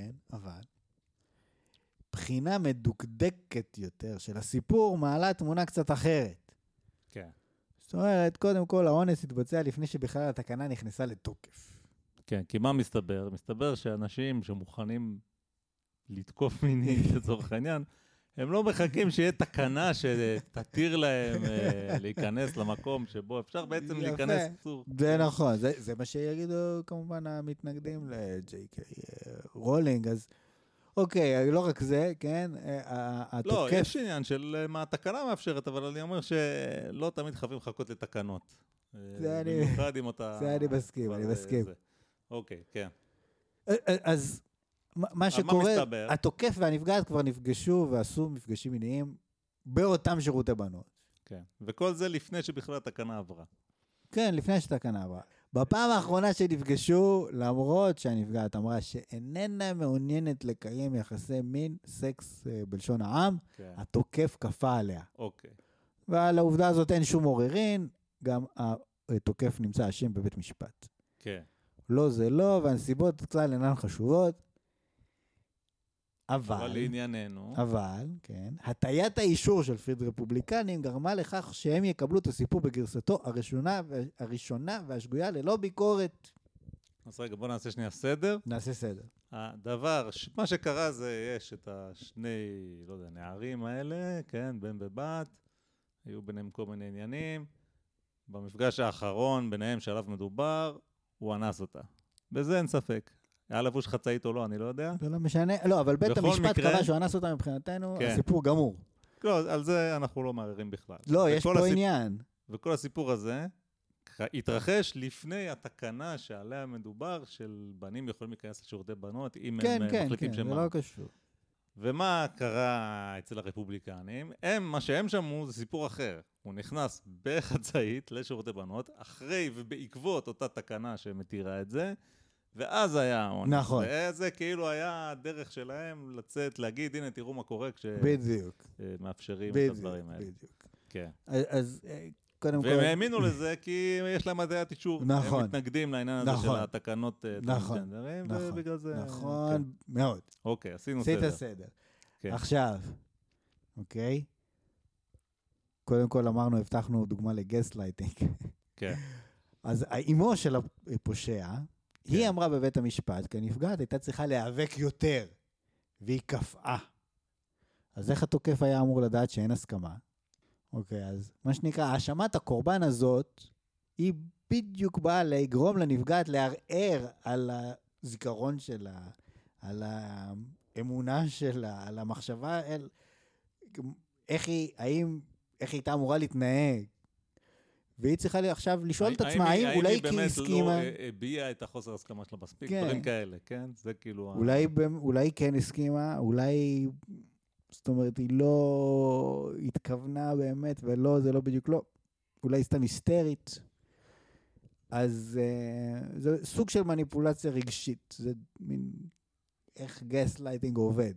בחינה מדוקדקת יותר של הסיפור מעלה תמונה קצת אחרת. כן. זאת אומרת, קודם כל האונס התבצע לפני שבכלל התקנה נכנסה לתוקף. כן, כי מה מסתבר? מסתבר שאנשים שמוכנים לתקוף מינית לצורך העניין, הם לא מחכים שיהיה תקנה שתתיר להם להיכנס למקום שבו אפשר בעצם להיכנס. זה נכון, זה מה שיגידו כמובן המתנגדים לג'יי קיי רולינג, אז אוקיי, לא רק זה, כן, לא, יש עניין של מה התקנה מאפשרת, אבל אני אומר שלא תמיד חייבים לחכות לתקנות. במיוחד עם אותה... זה אני מסכים. אוקיי, כן. אז מה שקורה, התוקף והנפגעת כבר נפגשו ועשו מפגשים מיניים באותם שירותי בנות. כן, וכל זה לפני שבכלל התקנה עברה. כן, לפני שהתקנה עברה. בפעם האחרונה שנפגשו, למרות שהנפגעת אמרה שאיננה מעוניינת לקיים יחסי מין, סקס בלשון העם, התוקף כפה עליה. אוקיי. ועל העובדה הזאת אין שום עוררין, גם התוקף נמצא אשם בבית משפט. כן. לא זה לא, והנסיבות כלל אינן חשובות. אבל לענייננו. כן, הטיית האישור של פיד רפובליקנים גרמה לכך שהם יקבלו את הסיפור בגרסתו הראשונה והשגויה ללא ביקורת. אז רגע, בוא נעשה שנייה סדר. נעשה סדר. מה שקרה זה, יש את השני, לא יודע, נערים האלה, כן, בן ובת, היו ביניהם כל מיני עניינים. במפגש האחרון, ביניהם שעליו מדובר, הוא אנס אותה. בזה אין ספק. היה לבוש חצאית או לא, אני לא יודע. זה לא משנה. לא, אבל בית המשפט קבע שהוא אנס אותה מבחינתנו, כן. הסיפור גמור. לא, על זה אנחנו לא מערערים בכלל. לא, יש פה עניין. וכל הסיפור הזה התרחש לפני התקנה שעליה מדובר, של בנים יכולים להיכנס לשירותי בנות, אם כן, הם כן, מחליטים כן, שמה. זה לא קשור. ומה קרה אצל הרפובליקנים? מה שהם שמעו זה סיפור אחר. הוא נכנס בחצאית לשירותי בנות, אחרי ובעקבות אותה תקנה שמתירה את זה, ואז היה עונש. נכון. וזה כאילו היה הדרך שלהם לצאת, להגיד, הנה תראו מה קורה בדיוק. כשמאפשרים את הדברים האלה. בדיוק. כן. אז קודם כל... והם האמינו לזה כי יש להם עדיין אישור. נכון. הם מתנגדים לעניין הזה נכון. של התקנות טרנסג'נדרים, ובגלל זה... נכון, מאוד. אוקיי, עשינו סדר. עשית סדר. כן. עכשיו, אוקיי? קודם כל אמרנו, הבטחנו דוגמה לגסלייטינג. כן. אז האימו של הפושע, היא אמרה בבית המשפט, כי הנפגעת הייתה צריכה להיאבק יותר, והיא קפאה. אז איך התוקף היה אמור לדעת שאין הסכמה? אוקיי, אז מה שנקרא, האשמת הקורבן הזאת, היא בדיוק באה לגרום לנפגעת לערער על הזיכרון שלה, על האמונה שלה, על המחשבה, איך היא הייתה אמורה להתנהג. והיא צריכה עכשיו לשאול את עצמה, האם אולי כי היא הסכימה... האם היא באמת לא הביעה את החוסר הסכמה שלה מספיק, דברים כאלה, כן? זה כאילו... אולי כן הסכימה, אולי... זאת אומרת, היא לא התכוונה באמת, ולא, זה לא בדיוק לא. אולי סתם היסטרית. אז זה סוג של מניפולציה רגשית. זה מין... איך גסלייטינג עובד.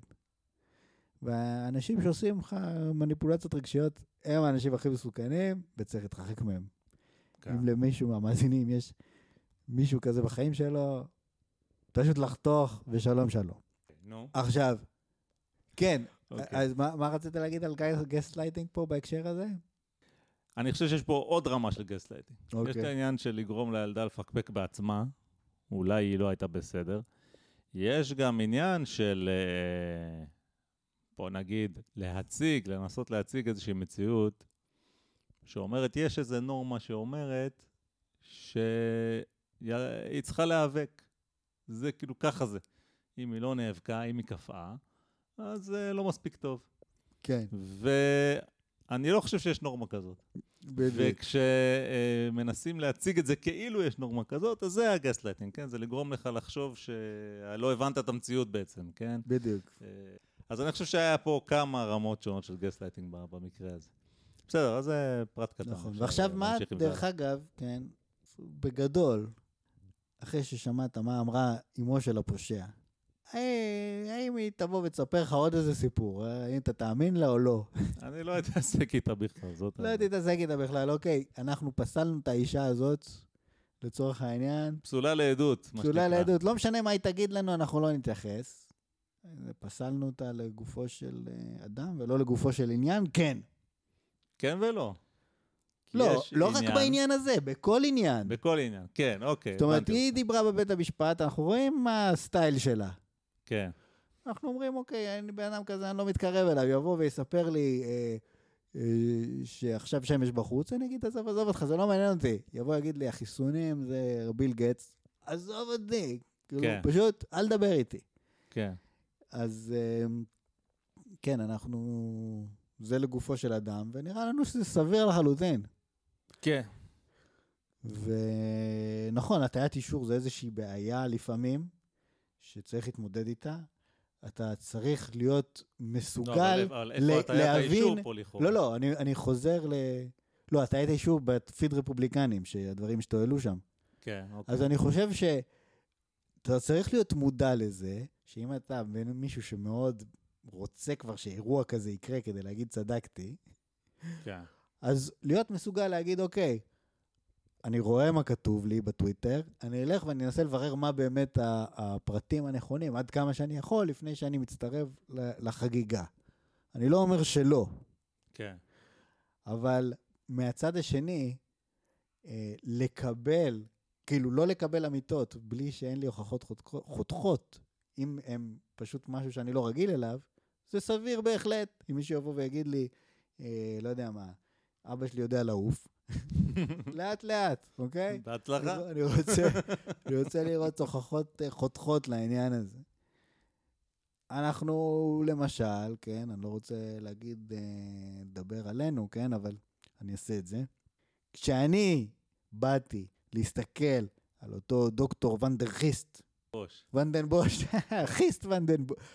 והאנשים שעושים לך מניפולציות רגשיות, הם האנשים הכי מסוכנים, וצריך להתרחק מהם. אם למישהו מהמאזינים יש מישהו כזה בחיים שלו, פשוט לחתוך ושלום שלום. עכשיו, כן, אז מה רצית להגיד על גסלייטינג פה בהקשר הזה? אני חושב שיש פה עוד רמה של גסלייטינג. יש את העניין של לגרום לילדה לפקפק בעצמה, אולי היא לא הייתה בסדר. יש גם עניין של... בוא נגיד, לנסות להציג איזושהי מציאות, שאומרת, יש איזו נורמה שאומרת, שהיא צריכה להיאבק. זה כאילו ככה זה. אם היא לא נאבקה, אם היא קפאה, אז זה לא מספיק טוב. כן. ואני לא חושב שיש נורמה כזאת. וכשמנסים להציג את זה כאילו יש נורמה כזאת, אז זה הגסלייטינג, כן? זה לגרום לך לחשוב שלא הבנת את המציאות בעצם, כן? בדיוק. אז אני חושב שהיה פה כמה רמות שונות של גסלייטינג במקרה הזה. בסדר, אז זה פרט קטן. נכון, ועכשיו מה, דרך אגב, כן, בגדול, אחרי ששמעת מה אמרה אמו של הפושע, האם היא תבוא ותספר לך עוד איזה סיפור? האם אתה תאמין לה או לא? אני לא אתעסק איתה בכלל, זאת... לא תתעסק איתה בכלל, אוקיי, אנחנו פסלנו את האישה הזאת, לצורך העניין. פסולה לעדות. פסולה לעדות, לא משנה מה היא תגיד לנו, אנחנו לא נתייחס. פסלנו אותה לגופו של אדם, ולא לגופו של עניין, כן. כן ולא. לא, לא רק בעניין הזה, בכל עניין. בכל עניין, כן, אוקיי. זאת אומרת, היא דיברה בבית המשפט, אנחנו רואים מה הסטייל שלה. כן. אנחנו אומרים, אוקיי, אני בן אדם כזה, אני לא מתקרב אליו, יבוא ויספר לי שעכשיו שמש בחוץ, אני אגיד, עזוב אותך, זה לא מעניין אותי. יבוא יגיד לי, החיסונים זה ביל גטס, עזוב אותי. פשוט, אל דבר איתי. כן. אז כן, אנחנו, זה לגופו של אדם, ונראה לנו שזה סביר לחלוטין. כן. ונכון, הטיית אישור זה איזושהי בעיה לפעמים, שצריך להתמודד איתה. אתה צריך להיות מסוגל אבל איפה הטיית האישור פה לכאורה? לא, אני חוזר לא, הטיית האישור בפיד רפובליקנים, שהדברים שתועלו שם. כן, אוקיי. אז אני חושב שאתה צריך להיות מודע לזה, שאם אתה מישהו שמאוד רוצה כבר שאירוע כזה יקרה כדי להגיד צדקתי, כן. אז להיות מסוגל להגיד, אוקיי, אני רואה מה כתוב לי בטוויטר, אני אלך ואני אנסה לברר מה באמת הפרטים הנכונים, עד כמה שאני יכול, לפני שאני מצטרף לחגיגה. אני לא אומר שלא. כן. אבל מהצד השני, לקבל כאילו לא לקבל אמיתות בלי שאין לי הוכחות חותכות, אם הם פשוט משהו שאני לא רגיל אליו, זה סביר בהחלט. אם מישהו יבוא ויגיד לי, לא יודע מה, אבא שלי יודע לעוף, לאט לאט, אוקיי? בהצלחה. אני רוצה לראות הוכחות חותכות לעניין הזה. אנחנו למשל, כן, אני לא רוצה להגיד, לדבר עלינו, כן, אבל אני אעשה את זה. כשאני באתי להסתכל על אותו דוקטור ונדרחיסט, ונדן בוש, חיסט ונדן בוש,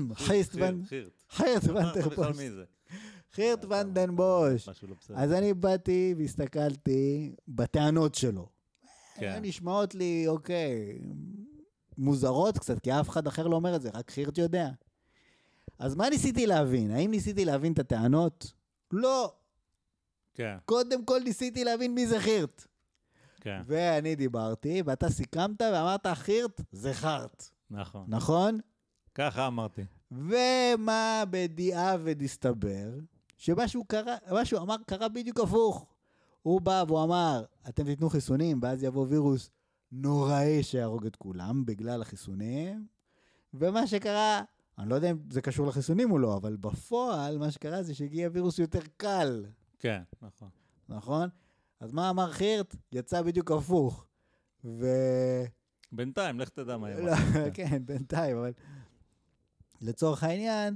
חירט ונדן בוש, חירט ונדן בוש. אז אני באתי והסתכלתי בטענות שלו. נשמעות לי, אוקיי, מוזרות קצת, כי אף אחד אחר לא אומר את זה, רק חירט יודע. אז מה ניסיתי להבין? האם ניסיתי להבין את הטענות? לא. כן. קודם כל ניסיתי להבין מי זה חירט. כן. ואני דיברתי, ואתה סיכמת ואמרת, חירט זה חרט. נכון. נכון? ככה אמרתי. ומה בדיעה ודסתבר? שמה שהוא אמר קרה בדיוק הפוך. הוא בא והוא אמר, אתם תיתנו חיסונים, ואז יבוא וירוס נוראי שיהרוג את כולם בגלל החיסונים. ומה שקרה, אני לא יודע אם זה קשור לחיסונים או לא, אבל בפועל מה שקרה זה שהגיע וירוס יותר קל. כן, נכון. נכון? אז מה אמר חירט? יצא בדיוק הפוך. בינתיים, לך תדע מה יהיה. כן, בינתיים, אבל לצורך העניין,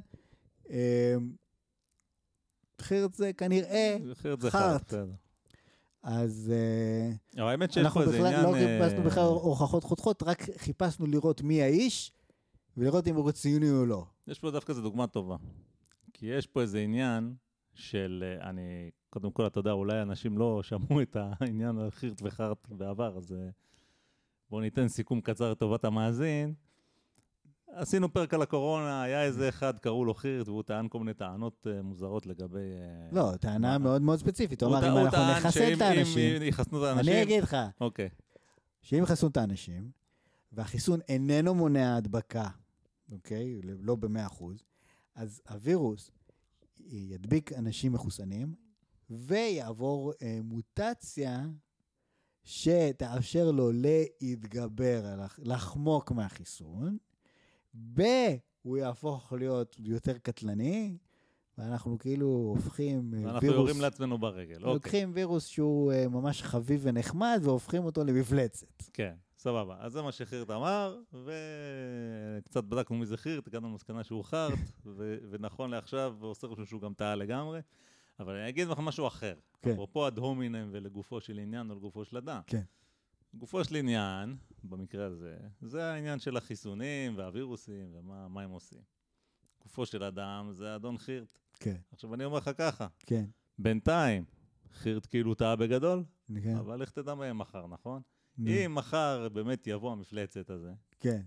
חירט זה כנראה חרט. אז אנחנו בכלל לא חיפשנו בכלל הוכחות חותכות, רק חיפשנו לראות מי האיש, ולראות אם הוא רציוני או לא. יש פה דווקא זו דוגמה טובה. כי יש פה איזה עניין של, קודם כל, אתה יודע, אולי אנשים לא שמעו את העניין על חירט וחרט בעבר, אז בואו ניתן סיכום קצר לטובת המאזין. עשינו פרק על הקורונה, היה איזה אחד, קראו לו חירט, והוא טען כל מיני טענות מוזרות לגבי... לא, טענה מאוד מאוד ספציפית. הוא אמר, אם אנחנו נחסן את האנשים... אם יחסנו את האנשים... אני אגיד לך. אוקיי. שאם יחסנו את האנשים, והחיסון איננו מונע הדבקה, אוקיי? לא ב100%, אז הווירוס ידביק אנשים מחוסנים, ויעבור מוטציה שתאפשר לו להתגבר, לחמוק מהחיסון, והוא יהפוך להיות יותר קטלני, ואנחנו כאילו הופכים וירוס... ואנחנו יורים לעצמנו ברגל. לוקחים וירוס שהוא ממש חביב ונחמד, והופכים אותו למפלצת. כן, סבבה. אז זה מה שחירט אמר, וקצת בדקנו מי זה חירט, הגענו למסקנה שהוא חרט, ונכון לעכשיו, ועושה רושם שהוא גם טעה לגמרי. אבל אני אגיד לך משהו אחר. כן. אפרופו הדהומינם ולגופו של עניין או לגופו של אדם. כן. גופו של עניין, במקרה הזה, זה העניין של החיסונים והווירוסים ומה הם עושים. גופו של אדם זה אדון חירט. כן. עכשיו אני אומר לך ככה. כן. בינתיים, חירט כאילו טעה בגדול, כן. אבל איך תדע מה יהיה מחר, נכון? אם מחר באמת יבוא המפלצת הזה, כן.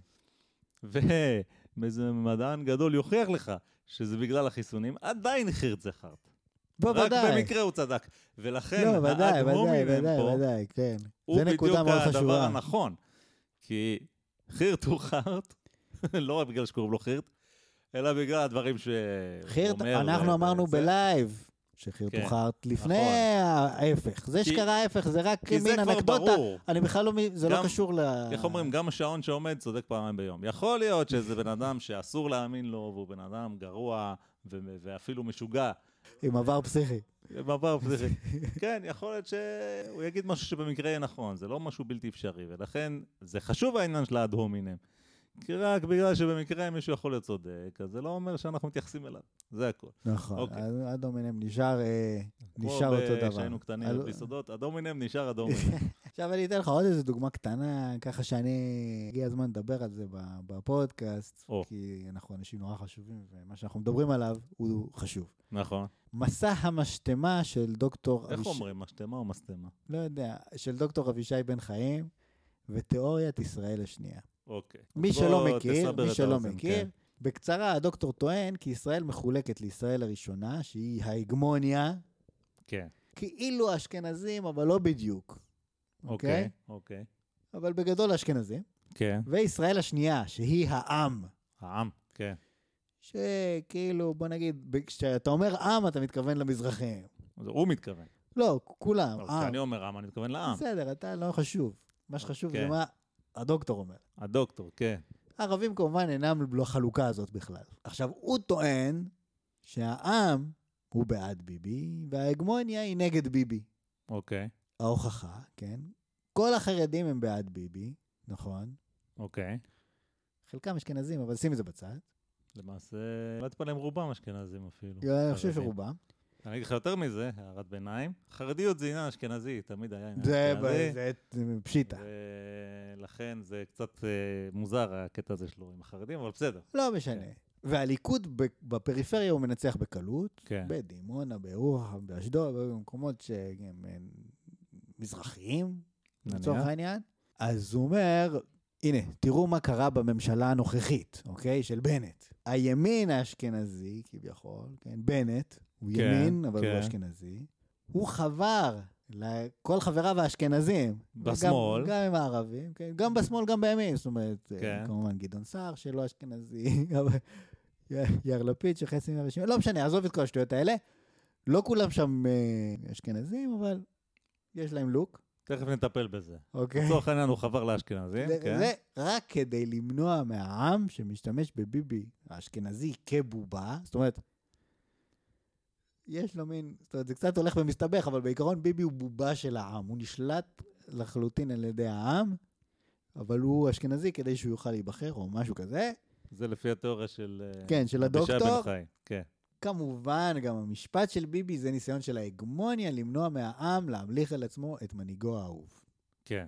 ואיזה מדען גדול יוכיח לך שזה בגלל החיסונים, עדיין חירט זה חרט. רק במקרה הוא צדק. ולכן, האדמומינם פה, כן. הוא בדיוק הדבר הנכון. כי חירט הוא חרט, לא רק בגלל שקוראים לו חירט, אלא בגלל הדברים שהוא חירט, אומר. אנחנו אמרנו בלייב שחירט הוא חרט לפני ההפך. זה שקרה ההפך, זה רק מין אנקדוטה. אני בכלל לא, זה לא קשור ל... איך אומרים, גם השעון שעומד צודק פעמיים ביום. יכול להיות שזה בן אדם שאסור להאמין לו, והוא בן אדם גרוע ואפילו משוגע. עם עבר פסיכי. עם עבר פסיכי. כן, יכול להיות שהוא יגיד משהו שבמקרה יהיה נכון. זה לא משהו בלתי אפשרי, ולכן זה חשוב העניין של הדהומינם. כי רק בגלל שבמקרה מישהו יכול להיות צודק, אז זה לא אומר שאנחנו מתייחסים אליו. זה הכל. נכון. הדומינם נשאר אותו דבר. כמו שהיינו קטנים ביסודות, הדומינם נשאר הדומינם. עכשיו אני אתן לך עוד איזו דוגמה קטנה, ככה הגיע הזמן לדבר על זה בפודקאסט, כי אנחנו אנשים נורא חשובים, ומה שאנחנו מדברים עליו הוא חשוב. נכון. מסע המשתמה של דוקטור... איך אומרים, משתמה או מסתמה? לא יודע, של דוקטור אבישי בן חיים, ותיאוריית ישראל השנייה. אוקיי. מי שלא מכיר, בקצרה הדוקטור טוען כי ישראל מחולקת לישראל הראשונה, שהיא ההגמוניה, כן. כאילו אשכנזים, אבל לא בדיוק. אוקיי. אבל בגדול אשכנזים. כן. וישראל השנייה, שהיא העם. העם, כן. שכאילו, בוא נגיד, כשאתה אומר עם, אתה מתכוון למזרחים. הוא מתכוון. לא, כולם. כשאני אומר עם, אני מתכוון לעם. בסדר, אתה לא חשוב. מה שחשוב כן. זה מה הדוקטור אומר. הדוקטור, כן. הערבים כמובן אינם לחלוקה הזאת בכלל. עכשיו, הוא טוען שהעם הוא בעד ביבי, וההגמוניה היא נגד ביבי. אוקיי. ההוכחה, כן? כל החרדים הם בעד ביבי, נכון? אוקיי. חלקם אשכנזים, אבל שים את זה בצד. למעשה, לא תפלם רובם אשכנזים אפילו. אני חושב שרובם. אני אגיד לך יותר מזה, הערת ביניים. חרדיות זה עניין אשכנזי, תמיד היה עניין זה אשכנזי. פשיטה. ולכן זה קצת מוזר הקטע הזה שלו עם החרדים, אבל בסדר. לא משנה. והליכוד בפריפריה הוא מנצח בקלות, כן. בדימונה, בירוחם, באשדוד, במקומות שהם מזרחיים, לצורך העניין. אז הוא אומר, הנה, תראו מה קרה בממשלה הנוכחית, אוקיי? של בנט. הימין האשכנזי, כביכול, כן? בנט, הוא ימין, אבל הוא אשכנזי. הוא חבר לכל חבריו האשכנזים. בשמאל. גם עם הערבים, כן? גם בשמאל, גם בימין. זאת אומרת, כמובן גדעון סער, שלא אשכנזי, יאיר לפיד, שחצי מהרשימה. לא משנה, עזוב את כל השטויות האלה. לא כולם שם אשכנזים, אבל יש להם לוק. תכף נטפל בזה. אוקיי. לצורך העניין הוא חבר לאשכנזים, כן? זה רק כדי למנוע מהעם שמשתמש בביבי האשכנזי כבובה. זאת אומרת, יש לו מין, זאת אומרת, זה קצת הולך ומסתבך, אבל בעיקרון ביבי הוא בובה של העם. הוא נשלט לחלוטין על ידי העם, אבל הוא אשכנזי כדי שהוא יוכל להיבחר או משהו כזה. זה לפי התיאוריה של... כן, של הדוקטור. כן. כמובן, גם המשפט של ביבי זה ניסיון של ההגמוניה למנוע מהעם להמליך על עצמו את מנהיגו האהוב. כן.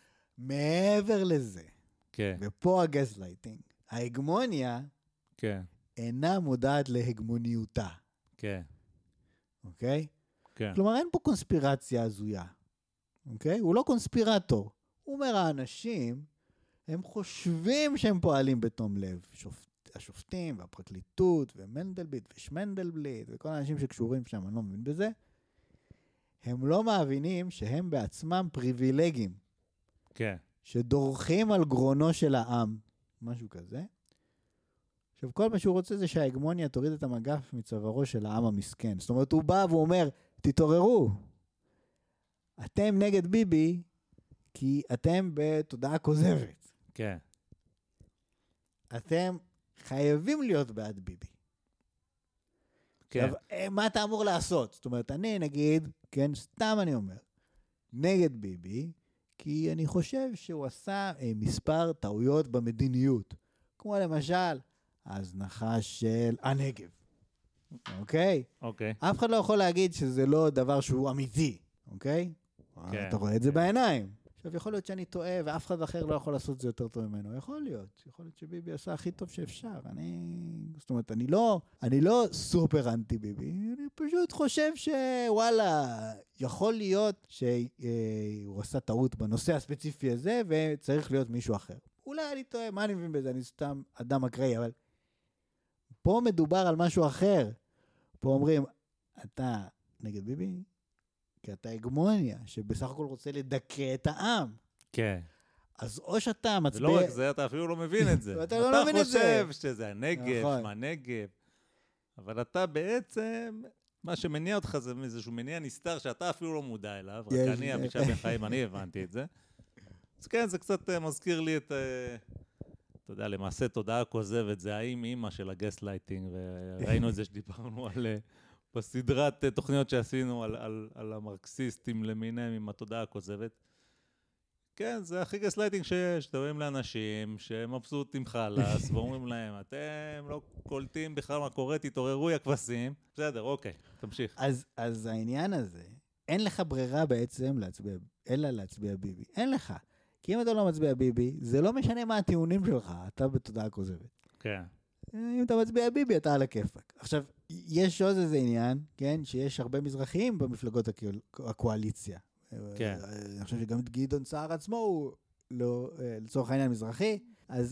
מעבר לזה, כן. ופה הגזלייטינג, ההגמוניה כן. אינה מודעת להגמוניותה. כן. אוקיי? כן. כלומר, אין פה קונספירציה הזויה. אוקיי? הוא לא קונספירטור. הוא אומר, האנשים, הם חושבים שהם פועלים בתום לב. השופטים והפרקליטות ומנדלבליט ושמנדלבליט וכל האנשים שקשורים שם, אני לא מבין בזה. הם לא מאמינים שהם בעצמם פריבילגים. כן. שדורכים על גרונו של העם. משהו כזה. עכשיו, כל מה שהוא רוצה זה שההגמוניה תוריד את המגף מצווארו של העם המסכן. זאת אומרת, הוא בא ואומר, תתעוררו. אתם נגד ביבי, כי אתם בתודעה כוזבת. כן. אתם חייבים להיות בעד ביבי. כן. עכשיו, מה אתה אמור לעשות? זאת אומרת, אני נגיד, כן, סתם אני אומר, נגד ביבי, כי אני חושב שהוא עשה מספר טעויות במדיניות. כמו למשל, ההזנחה של הנגב. אוקיי? אוקיי. אף אחד לא יכול להגיד שזה לא דבר שהוא אמיתי. אוקיי? כן. אתה רואה את זה בעיניים. עכשיו, יכול להיות שאני טועה, ואף אחד אחר לא יכול לעשות את זה יותר טוב ממנו. יכול להיות. יכול להיות שביבי עשה הכי טוב שאפשר. זאת אומרת, אני לא סופר אנטי ביבי. אני פשוט חושב שוואלה, יכול להיות שהוא עשה טעות בנושא הספציפי הזה, וצריך להיות מישהו אחר. אולי אני טועה, מה אני מבין בזה? אני סתם אדם אקראי, אבל פה מדובר על משהו אחר. פה אומרים, אתה נגד ביבי? כי אתה הגמוניה, שבסך הכל רוצה לדכא את העם. כן. אז או שאתה מצביע... ולא רק זה, אתה אפילו לא מבין את זה. אתה לא מבין את זה. אתה חושב שזה הנגב, מה נגב, אבל אתה בעצם, מה שמניע אותך זה איזשהו מניע נסתר, שאתה אפילו לא מודע אליו, רק אני, אבישי בן חיים, אני הבנתי את זה. אז כן, זה קצת מזכיר לי את, אתה יודע, למעשה תודעה כוזבת, זה האם אימא של הגסלייטינג, וראינו את זה שדיברנו על... בסדרת תוכניות שעשינו על המרקסיסטים למיניהם עם התודעה הכוזבת. כן, זה הכי גסלייטינג שיש. אתם רואים לאנשים שהם מבסוטים חלס, ואומרים להם, אתם לא קולטים בכלל מה קורה, תתעוררו יא כבשים. בסדר, אוקיי, תמשיך. אז העניין הזה, אין לך ברירה בעצם אלא להצביע ביבי. אין לך. כי אם אתה לא מצביע ביבי, זה לא משנה מה הטיעונים שלך, אתה בתודעה כוזבת. כן. אם אתה מצביע ביבי, אתה על הכיפק. עכשיו, יש עוד איזה עניין, כן, שיש הרבה מזרחיים במפלגות הקואליציה. כן. אני חושב שגם גדעון סער עצמו הוא לא, לצורך העניין מזרחי, אז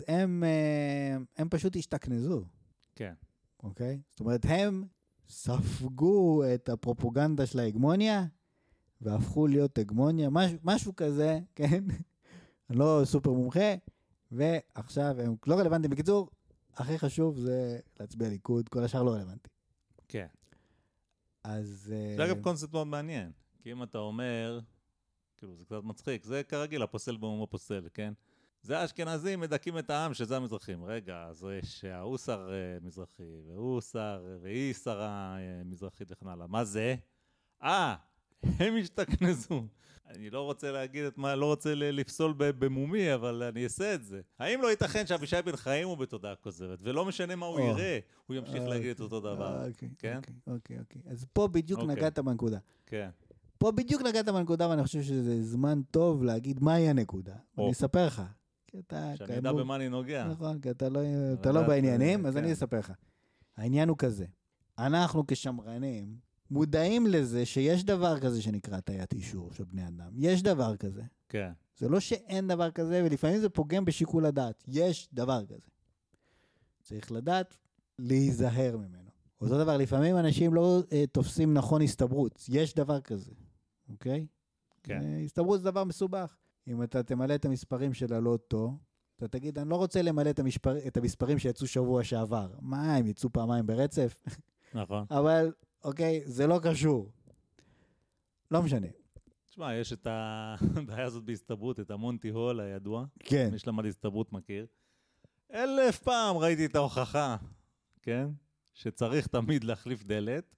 הם פשוט השתכנזו. כן. אוקיי? זאת אומרת, הם ספגו את הפרופוגנדה של ההגמוניה, והפכו להיות הגמוניה, משהו כזה, כן? אני לא סופר מומחה, ועכשיו הם לא רלוונטיים. בקיצור, הכי חשוב זה להצביע ליכוד, כל השאר לא רלוונטי. כן. אז... זה אגב קונספט מאוד מעניין, כי אם אתה אומר, כאילו, זה קצת מצחיק. זה כרגיל, הפוסל במומו פוסל, כן? זה האשכנזים מדכאים את העם, שזה המזרחים. רגע, אז שההוא שר מזרחי, והוא שר, והיא שרה מזרחית וכן הלאה. מה זה? הם השתכנזו. אני לא רוצה להגיד את מה, לא רוצה לפסול במומי, אבל אני אעשה את זה. האם לא ייתכן שאבישי בן חיים הוא בתודעה כוזבת, ולא משנה מה הוא יראה, הוא ימשיך להגיד את אותו דבר. כן? אוקיי. אז פה בדיוק נגעת בנקודה. כן. פה בדיוק נגעת בנקודה, ואני חושב שזה זמן טוב להגיד מהי הנקודה. אני אספר לך. שאני יודע במה אני נוגע. נכון, כי אתה לא בעניינים, אז אני אספר לך. העניין הוא כזה. אנחנו כשמרנים מודעים לזה שיש דבר כזה שנקרא הטיית אישור של בני אדם. יש דבר כזה. כן. זה לא שאין דבר כזה, ולפעמים זה פוגם בשיקול הדעת. יש דבר כזה. צריך לדעת להיזהר ממנו. אותו דבר, לפעמים אנשים לא תופסים נכון הסתברות. יש דבר כזה. אוקיי? כן. הסתברות זה דבר מסובך. אם אתה תמלא את המספרים של הלוטו, אתה תגיד, אני לא רוצה למלא את המספרים שיצאו שבוע שעבר. מה, הם יצאו פעמיים ברצף? נכון. אבל, אוקיי, זה לא קשור. לא משנה. תשמע, יש את הבעיה הזאת בהסתברות, את המונטי הול הידוע. כן. מי שלמד הסתברות מכיר. 1000 פעם ראיתי את ההוכחה, כן? שצריך תמיד להחליף דלת.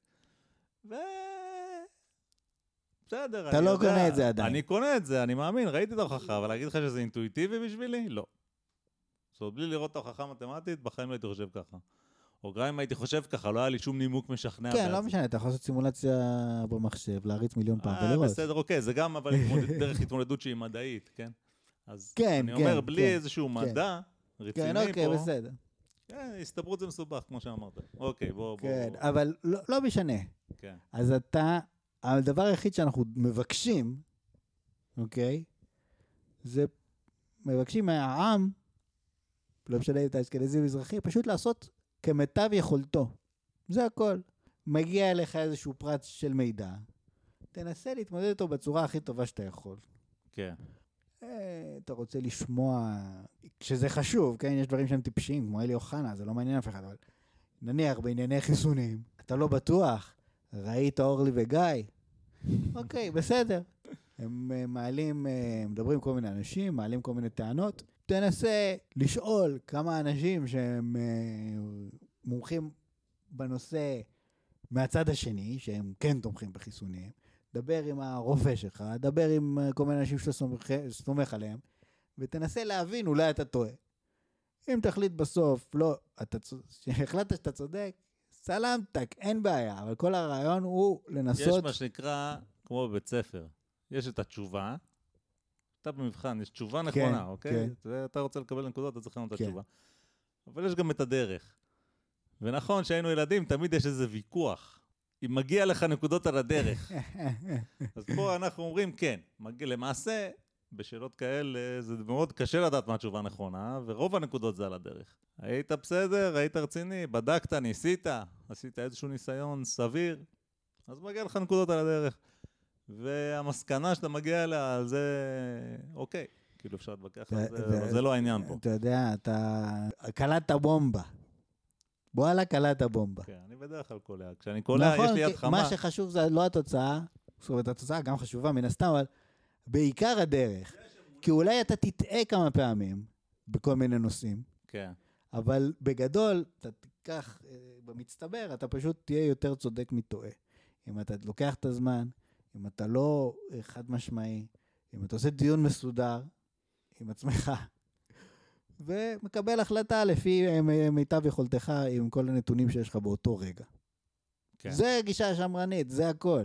בסדר. אתה לא קונה את זה עדיין. אני קונה את זה, אני מאמין, ראיתי את ההוכחה, אבל להגיד לך שזה אינטואיטיבי בשבילי? לא. זאת אומרת, בלי לראות את ההוכחה מתמטית, בחיים לא הייתי חושב ככה. או גם אם הייתי חושב ככה, לא היה לי שום נימוק משכנע. כן, לא משנה, אתה יכול לעשות סימולציה במחשב, להריץ מיליון פעם ולראות. בסדר, אוקיי, זה גם אבל דרך התמודדות שהיא מדעית, כן? אז כן, אני אומר, בלי איזשהו מדע רציני פה. כן, אוקיי, בסדר. כן, הסתברות זה מסובך, כמו שאמרת. אוקיי, בוא. כן, אבל לא משנה. כן. אז הדבר היחיד שאנחנו מבקשים, אוקיי, זה מבקשים מהעם, לא משנה את האשכנזי מזרחי, פשוט לעשות כמיטב יכולתו. זה הכל. מגיע אליך איזשהו פרט של מידע, תנסה להתמודד איתו בצורה הכי טובה שאתה יכול. כן. אתה רוצה לשמוע, כשזה חשוב, כן? יש דברים שהם טיפשיים, כמו אלי אוחנה, זה לא מעניין אף אחד, אבל נניח בענייני חיסונים, אתה לא בטוח, ראית אורלי וגיא, אוקיי, בסדר. הם מעלים, מדברים כל מיני אנשים, מעלים כל מיני טענות, תנסה לשאול כמה אנשים שהם מומחים בנושא מהצד השני, שהם כן תומכים בחיסונים, דבר עם הרופא שלך, דבר עם כל מיני אנשים שאתה סומך עליהם, ותנסה להבין, אולי אתה טועה. אם תחליט בסוף, לא, החלטת שאתה צודק, סלמתק, אין בעיה, אבל כל הרעיון הוא לנסות... יש מה שנקרא, כמו בבית ספר, יש את התשובה, אתה במבחן, יש תשובה נכונה, אוקיי? אתה רוצה לקבל נקודות, אתה צריך לענות את התשובה. אבל יש גם את הדרך. ונכון שהיינו ילדים, תמיד יש איזה ויכוח. אם מגיע לך נקודות על הדרך. אז פה אנחנו אומרים כן. למעשה, בשאלות כאלה, זה מאוד קשה לדעת מה התשובה נכונה, ורוב הנקודות זה על הדרך. היית בסדר, היית רציני, בדקת, ניסית, עשית איזשהו ניסיון סביר, אז מגיע לך נקודות על הדרך. והמסקנה שאתה מגיע אליה, על זה, אוקיי. כאילו אפשר להתווכח על זה, אבל זה לא העניין פה. אתה יודע, אתה קלעת בומבה. בואלה קלעת בומבה. כן, אני בדרך כלל קולע. כשאני קולע, יש לי יד חמה. מה שחשוב זה לא התוצאה, זאת אומרת, התוצאה גם חשובה מן הסתם, אבל בעיקר הדרך. כי אולי אתה תטעה כמה פעמים בכל מיני נושאים. כן. אבל בגדול, אתה תיקח, במצטבר, אתה פשוט תהיה יותר צודק מטועה. אם אתה לוקח את הזמן, אם אתה לא חד משמעי, אם אתה עושה דיון מסודר עם עצמך, ומקבל החלטה לפי מיטב יכולתך עם כל הנתונים שיש לך באותו רגע. כן. זה גישה שמרנית, זה הכל.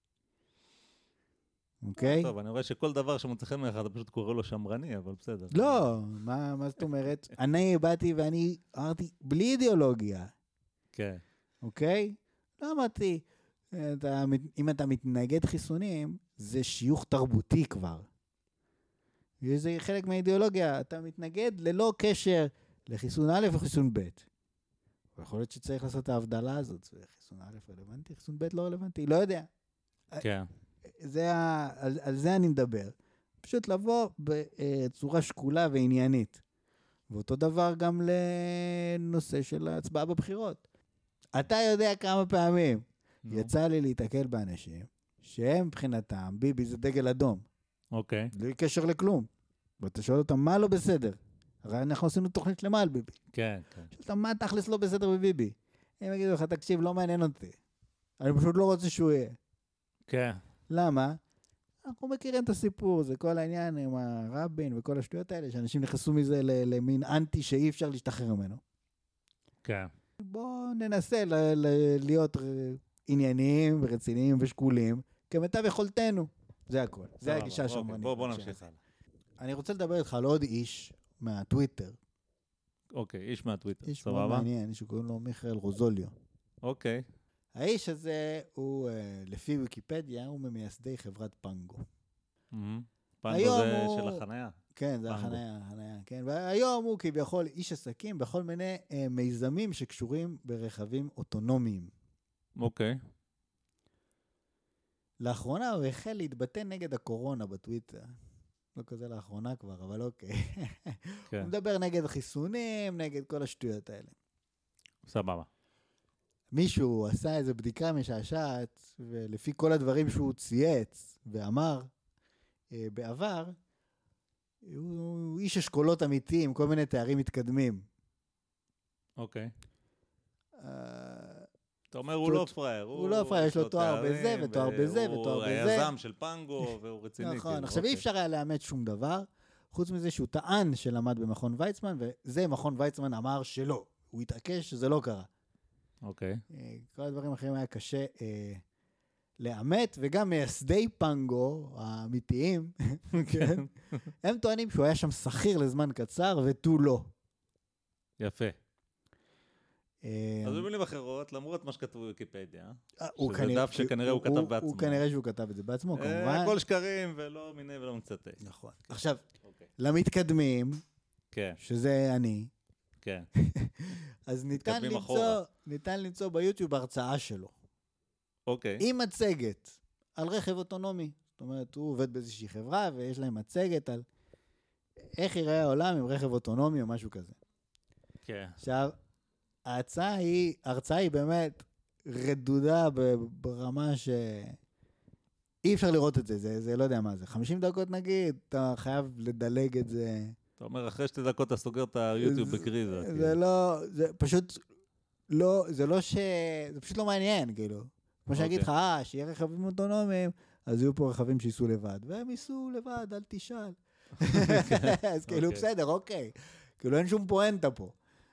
אוקיי? טוב, אני רואה שכל דבר שמוצא חן ממך, אתה פשוט קורא לו שמרני, אבל בסדר. לא, מה זאת אומרת? אני באתי ואני אמרתי, בלי אידיאולוגיה. כן. אוקיי? לא אמרתי, אם אתה מתנגד חיסונים, זה שיוך תרבותי כבר. וזה חלק מהאידיאולוגיה, אתה מתנגד ללא קשר לחיסון א' וחיסון ב'. יכול להיות שצריך לעשות את ההבדלה הזאת, חיסון א' רלוונטי, חיסון ב' לא רלוונטי, לא יודע. כן. על זה אני מדבר. פשוט לבוא בצורה שקולה ועניינית. ואותו דבר גם לנושא של ההצבעה בבחירות. אתה יודע כמה פעמים יצא לי להתקל באנשים, שהם מבחינתם, ביבי זה דגל אדום. אוקיי. בלי קשר לכלום. ואתה שואל אותם, מה לא בסדר? הרי אנחנו עשינו תוכנית שלמה על ביבי. כן, כן. שואל אותם, מה תכלס לא בסדר בביבי? הם יגידו לך, תקשיב, לא מעניין אותי. אני פשוט לא רוצה שהוא יהיה. כן. למה? אנחנו מכירים את הסיפור, זה כל העניין עם הרבין וכל השטויות האלה, שאנשים נכנסו מזה למין אנטי שאי אפשר להשתחרר ממנו. כן. בואו ננסה להיות ענייניים ורציניים ושקולים, כמיטב יכולתנו. זה הכל. זה הגישה אוקיי, השמרנית. בוא נמשיך הלאה. אני רוצה לדבר איתך על עוד איש מהטוויטר. אוקיי, איש מהטוויטר, איש מאוד סבבה? מעניין, שקוראים לו מיכאל רוזוליו. אוקיי. האיש הזה הוא, לפי ויקיפדיה, הוא ממייסדי חברת פנגו. פנגו היום זה הוא- של החניה. כן, זה פנגו. החניה, כן. והיום הוא כביכול איש עסקים בכל מיני מיזמים שקשורים ברכבים אוטונומיים. אוקיי. לאחרונה הוא החל להתבטא נגד הקורונה בטוויטר. לא כזה לאחרונה כבר, אבל אוקיי. כן. הוא מדבר נגד חיסונים, נגד כל השטויות האלה. סבבה. מישהו עשה איזו בדיקה משעשעת, ולפי כל הדברים שהוא צייץ ואמר בעבר, הוא איש אשכולות אמיתי עם כל מיני תארים מתקדמים. אוקיי. אה, אתה אומר, הוא לא פראייר. הוא לא פראייר, יש לו תואר בזה ותואר בזה ותואר בזה. הוא היזם של פנגו, והוא רציני. נכון, כאילו, עכשיו אי אוקיי. אפשר היה לאמת שום דבר, חוץ מזה שהוא טען שלמד במכון ויצמן, וזה מכון ויצמן אמר שלא. הוא התעקש שזה לא קרה. אוקיי. כל הדברים האחרים היה קשה לאמת, וגם מייסדי פנגו, האמיתיים, כן, הם טוענים שהוא היה שם שכיר לזמן קצר, ותו לא. יפה. אה, אז במילים אחרות, למרות מה שכתבו בוויקיפדיה, הוא שזה כנראה- דף שכנראה הוא כתב בעצמו. הוא כנראה שהוא כתב את זה בעצמו, כמובן. הכל שקרים ולא מיני ולא מצטט. נכון. עכשיו, אוקיי. למתקדמים, כן, שזה אני, כן. אז ניתן מתקדמים אחורה. למצוא ביוטיוב הרצאה שלו. אוקיי. עם מצגת על רכב אוטונומי. זאת אומרת, הוא עובד באיזושהי חברה, ויש להם מצגת על איך ייראה העולם עם רכב אוטונומי או משהו כזה. כן. עכשיו, ההרצאה היא באמת רדודה ברמה שאי אפשר לראות את זה, זה לא יודע מה זה. 50 דקות נגיד, אתה חייב לדלג את זה. אתה אומר, אחרי 2 דקות אתה סוגר את היוטיוב בקריזה. כאילו. זה לא, זה פשוט לא, זה פשוט לא מעניין, כאילו. כמו שאני אגיד לך, שיהיה רכבים אוטונומיים, אז יהיו פה רכבים שייסעו לבד. והם ייסעו לבד, אל תשאל. אז כאילו, בסדר, אוקיי. כאילו, אין שום פואנטה פה.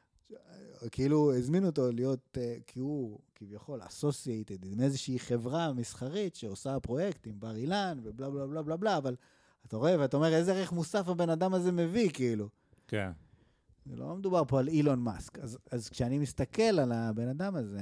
כאילו, הזמינו אותו להיות, כי הוא כביכול associated עם איזושהי חברה מסחרית שעושה פרויקט עם בר אילן ובלה בלה בלה בלה בלה, אבל אתה רואה ואתה אומר, איזה ערך מוסף הבן אדם הזה מביא, כאילו. כן. זה לא מדובר פה על אילון מאסק. אז כשאני מסתכל על הבן אדם הזה,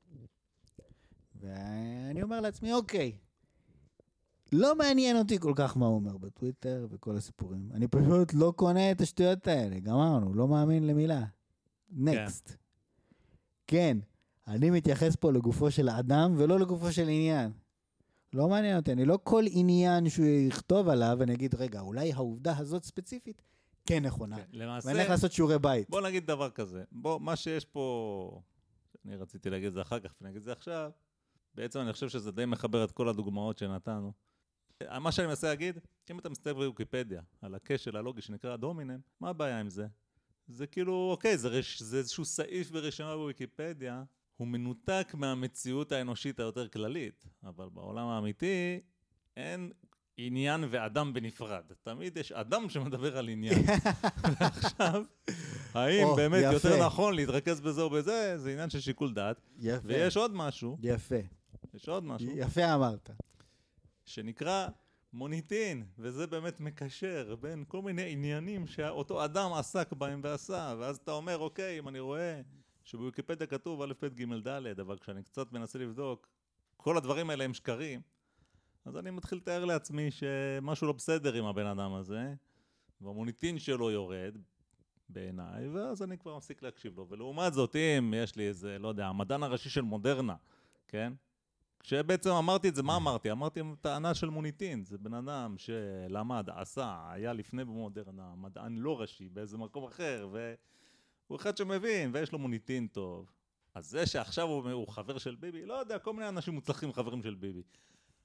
ואני אומר לעצמי, אוקיי, לא מעניין אותי כל כך מה הוא אומר בטוויטר וכל הסיפורים. אני פשוט לא קונה את השטויות האלה. גמרנו, לא מאמין למילה. נקסט. כן, אני מתייחס פה לגופו של האדם ולא לגופו של עניין. לא מעניין אותי, אני לא כל עניין שהוא יכתוב עליו, ואני אגיד, רגע, אולי העובדה הזאת ספציפית כן נכונה. למעשה, ואני הולך לעשות שיעורי בית. בוא נגיד דבר כזה. מה שיש פה, אני רציתי להגיד את זה אחר כך, ואני אגיד את זה עכשיו, בעצם אני חושב שזה די מחבר את כל הדוגמאות שנתנו. מה שאני מנסה להגיד, אם אתה מסתכל בוויקיפדיה על הכשל הלוגי שנקרא דומינם, מה הבעיה עם זה? זה כאילו, אוקיי, זה איזשהו סעיף ברשימה בוויקיפדיה, הוא מנותק מהמציאות האנושית היותר כללית, אבל בעולם האמיתי אין עניין ואדם בנפרד. תמיד יש אדם שמדבר על עניין. ועכשיו, האם באמת יותר נכון להתרכז בזה או בזה, זה עניין של שיקול דעת. יפה. ויש עוד משהו. יפה. יש עוד משהו. יפה אמרת. שנקרא מוניטין, וזה באמת מקשר בין כל מיני עניינים שאותו אדם עסק בהם ועשה, ואז אתה אומר, אוקיי, אם אני רואה שבוויקיפדיה כתוב א', ב', ג', ד', אבל כשאני קצת מנסה לבדוק, כל הדברים האלה הם שקרים, אז אני מתחיל לתאר לעצמי שמשהו לא בסדר עם הבן אדם הזה, והמוניטין שלו יורד בעיניי, ואז אני כבר מפסיק להקשיב לו. ולעומת זאת, אם יש לי איזה, לא יודע, המדען הראשי של מודרנה, כן? כשבעצם אמרתי את זה, מה אמרתי? אמרתי טענה של מוניטין, זה בן אדם שלמד, עשה, היה לפני במודרנה, מדען לא ראשי באיזה מקום אחר, והוא אחד שמבין, ויש לו מוניטין טוב. אז זה שעכשיו הוא חבר של ביבי, לא יודע, כל מיני אנשים מוצלחים חברים של ביבי.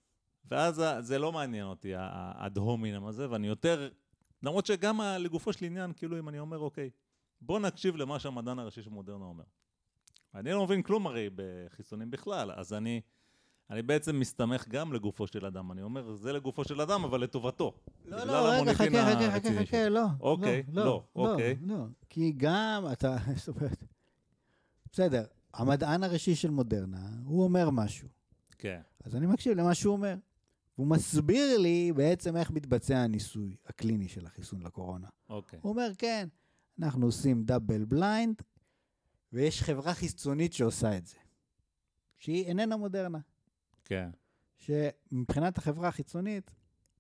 ואז זה לא מעניין אותי, הדהומינם הזה, ואני יותר, למרות שגם לגופו של עניין, כאילו אם אני אומר, אוקיי, בוא נקשיב למה שהמדען הראשי של מודרנה אומר. אני לא מבין כלום הרי בחיסונים בכלל, אז אני בעצם מסתמך גם לגופו של אדם. אני אומר, זה לגופו של אדם, אבל לטובתו. לא, רגע, חכה, לא. אוקיי, לא, אוקיי. לא, כי גם אתה, זאת אומרת, בסדר, המדען הראשי של מודרנה, הוא אומר משהו. כן. אז אני מקשיב למה שהוא אומר. הוא מסביר לי בעצם איך מתבצע הניסוי הקליני של החיסון לקורונה. אוקיי. הוא אומר, כן, אנחנו עושים דאבל בליינד, ויש חברה חיצונית שעושה את זה, שהיא איננה מודרנה. כן. שמבחינת החברה החיצונית,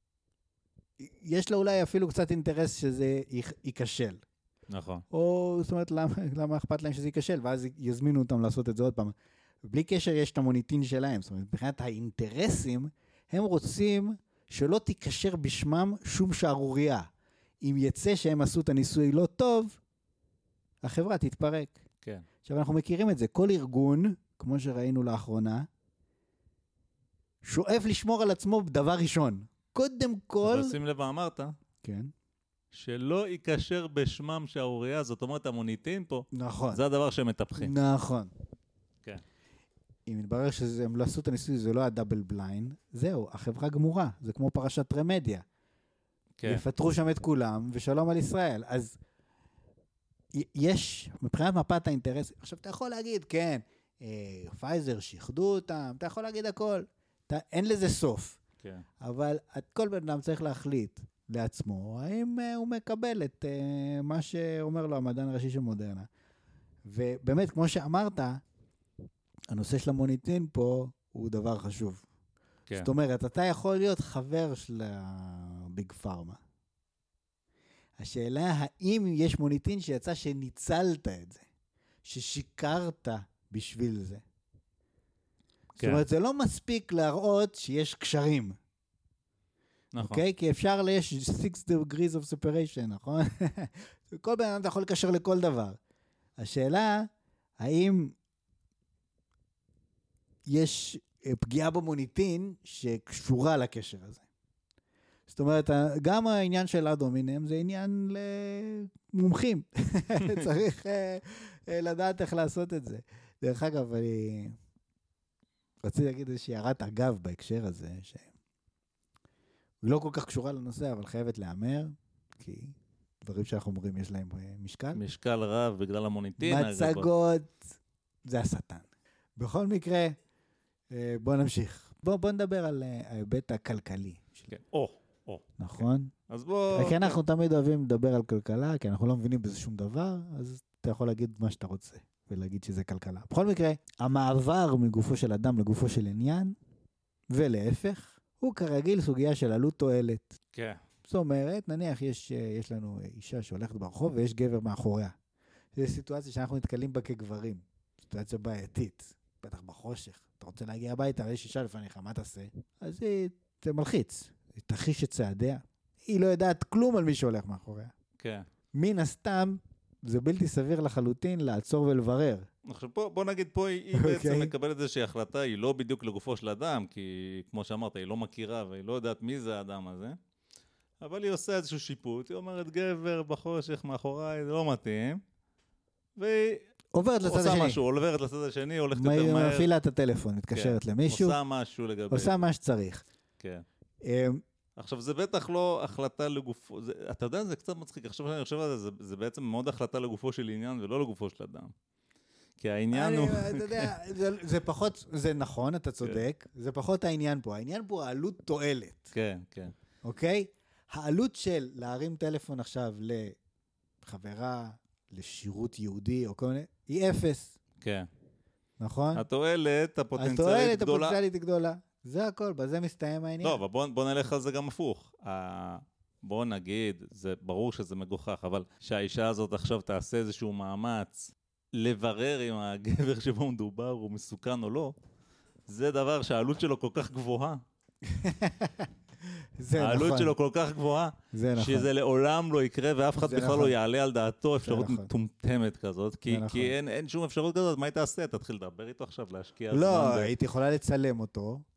יש לה אולי אפילו קצת אינטרס שזה ייכשל. נכון. או, זאת אומרת, למה אכפת להם שזה ייכשל, ואז יזמינו אותם לעשות את זה עוד פעם. בלי קשר יש את המוניטין שלהם, זאת אומרת, מבחינת האינטרסים, הם רוצים שלא תיקשר בשמם שום שערוריה. אם יצא שהם עשו את הניסוי לא טוב, החברה תתפרק. כן. עכשיו, אנחנו מכירים את זה. כל ארגון, כמו שראינו לאחרונה, שואף לשמור על עצמו דבר ראשון. קודם כל... אבל שים לב, אמרת, כן. שלא יקשר בשמם שערוריה, זאת אומרת, המוניטין פה, נכון. זה הדבר שהם מטפחים. נכון. כן. אם מתברר שהם לא עשו את הניסוי, זה לא הדאבל בליינד, זהו, החברה גמורה. זה כמו פרשת רמדיה. כן. יפטרו שם את כולם, ושלום על ישראל. אז יש, מבחינת מפת האינטרס, עכשיו אתה יכול להגיד, כן, פייזר שיחדו אותם, אתה יכול להגיד הכל. אין לזה סוף. כן. אבל כל בן אדם צריך להחליט לעצמו, האם הוא מקבל את מה שאומר לו המדען הראשי של מודרנה. ובאמת, כמו שאמרת, הנושא של המוניטין פה הוא דבר חשוב. כן. זאת אומרת, אתה יכול להיות חבר של הביג פארמה. השאלה, האם יש מוניטין שיצא שניצלת את זה, ששיקרת בשביל זה. זאת אומרת, זה לא מספיק להראות שיש קשרים. נכון. אוקיי? כי אפשר, יש 6 degrees of separation, נכון? כל בן אדם אתה יכול לקשר לכל דבר. השאלה, האם יש פגיעה במוניטין שקשורה לקשר הזה? זאת אומרת, גם העניין של הדומינם זה עניין למומחים. צריך לדעת איך לעשות את זה. דרך אגב, אני רציתי להגיד איזושהי הערת אגב בהקשר הזה, שהיא לא כל כך קשורה לנושא, אבל חייבת לאמר, כי דברים שאנחנו אומרים יש להם משקל. משקל רב בגלל המוניטין. מצגות, זה השטן. בכל מקרה, בוא נמשיך. בוא נדבר על ההיבט הכלכלי. כן. נכון? אז בוא... כי אנחנו תמיד אוהבים לדבר על כלכלה, כי אנחנו לא מבינים בזה שום דבר, אז אתה יכול להגיד מה שאתה רוצה, ולהגיד שזה כלכלה. בכל מקרה, המעבר מגופו של אדם לגופו של עניין, ולהפך, הוא כרגיל סוגיה של עלות תועלת. כן. זאת אומרת, נניח יש לנו אישה שהולכת ברחוב, ויש גבר מאחוריה. זו סיטואציה שאנחנו נתקלים בה כגברים. סיטואציה בעייתית, בטח בחושך. אתה רוצה להגיע הביתה, ויש אישה לפניך, מה תעשה? אז זה מלחיץ. היא תחיש את צעדיה. היא לא יודעת כלום על מי שהולך מאחוריה. כן. מן הסתם, זה בלתי סביר לחלוטין לעצור ולברר. עכשיו בוא נגיד פה, היא בעצם מקבלת איזושהי החלטה, היא לא בדיוק לגופו של אדם, כי כמו שאמרת, היא לא מכירה והיא לא יודעת מי זה האדם הזה, אבל היא עושה איזשהו שיפוט, היא אומרת גבר בחושך מאחוריי, זה לא מתאים, והיא עוברת לצד עושה השני. משהו, עוברת לצד השני, הולכת יותר מהר. מפעילה את הטלפון, מתקשרת למישהו. עושה משהו לגבי. עושה מה שצריך. כן. עכשיו, זה בטח לא החלטה לגופו, אתה יודע, זה קצת מצחיק, עכשיו שאני חושב על זה, זה בעצם מאוד החלטה לגופו של עניין ולא לגופו של אדם. כי העניין הוא... אתה יודע, זה פחות, זה נכון, אתה צודק, זה פחות העניין פה. העניין פה העלות תועלת. כן, כן. אוקיי? העלות של להרים טלפון עכשיו לחברה, לשירות יהודי או כל מיני, היא 0. כן. נכון? התועלת הפוטנציאלית גדולה. התועלת הפוטנציאלית גדולה. זה הכל, בזה מסתיים העניין. לא, אבל בוא נלך על זה גם הפוך. בוא נגיד, זה ברור שזה מגוחך, אבל שהאישה הזאת עכשיו תעשה איזשהו מאמץ לברר אם הגבר שבו מדובר הוא מסוכן או לא, זה דבר שהעלות שלו כל כך גבוהה. העלות שלו כל כך גבוהה, שזה לעולם לא יקרה, ואף אחד בכלל לא יעלה על דעתו אפשרות מטומטמת כזאת, כי אין שום אפשרות כזאת, מה היא תעשה? תתחיל לדבר איתו עכשיו, להשקיע זמן. לא, היית יכולה לצלם אותו,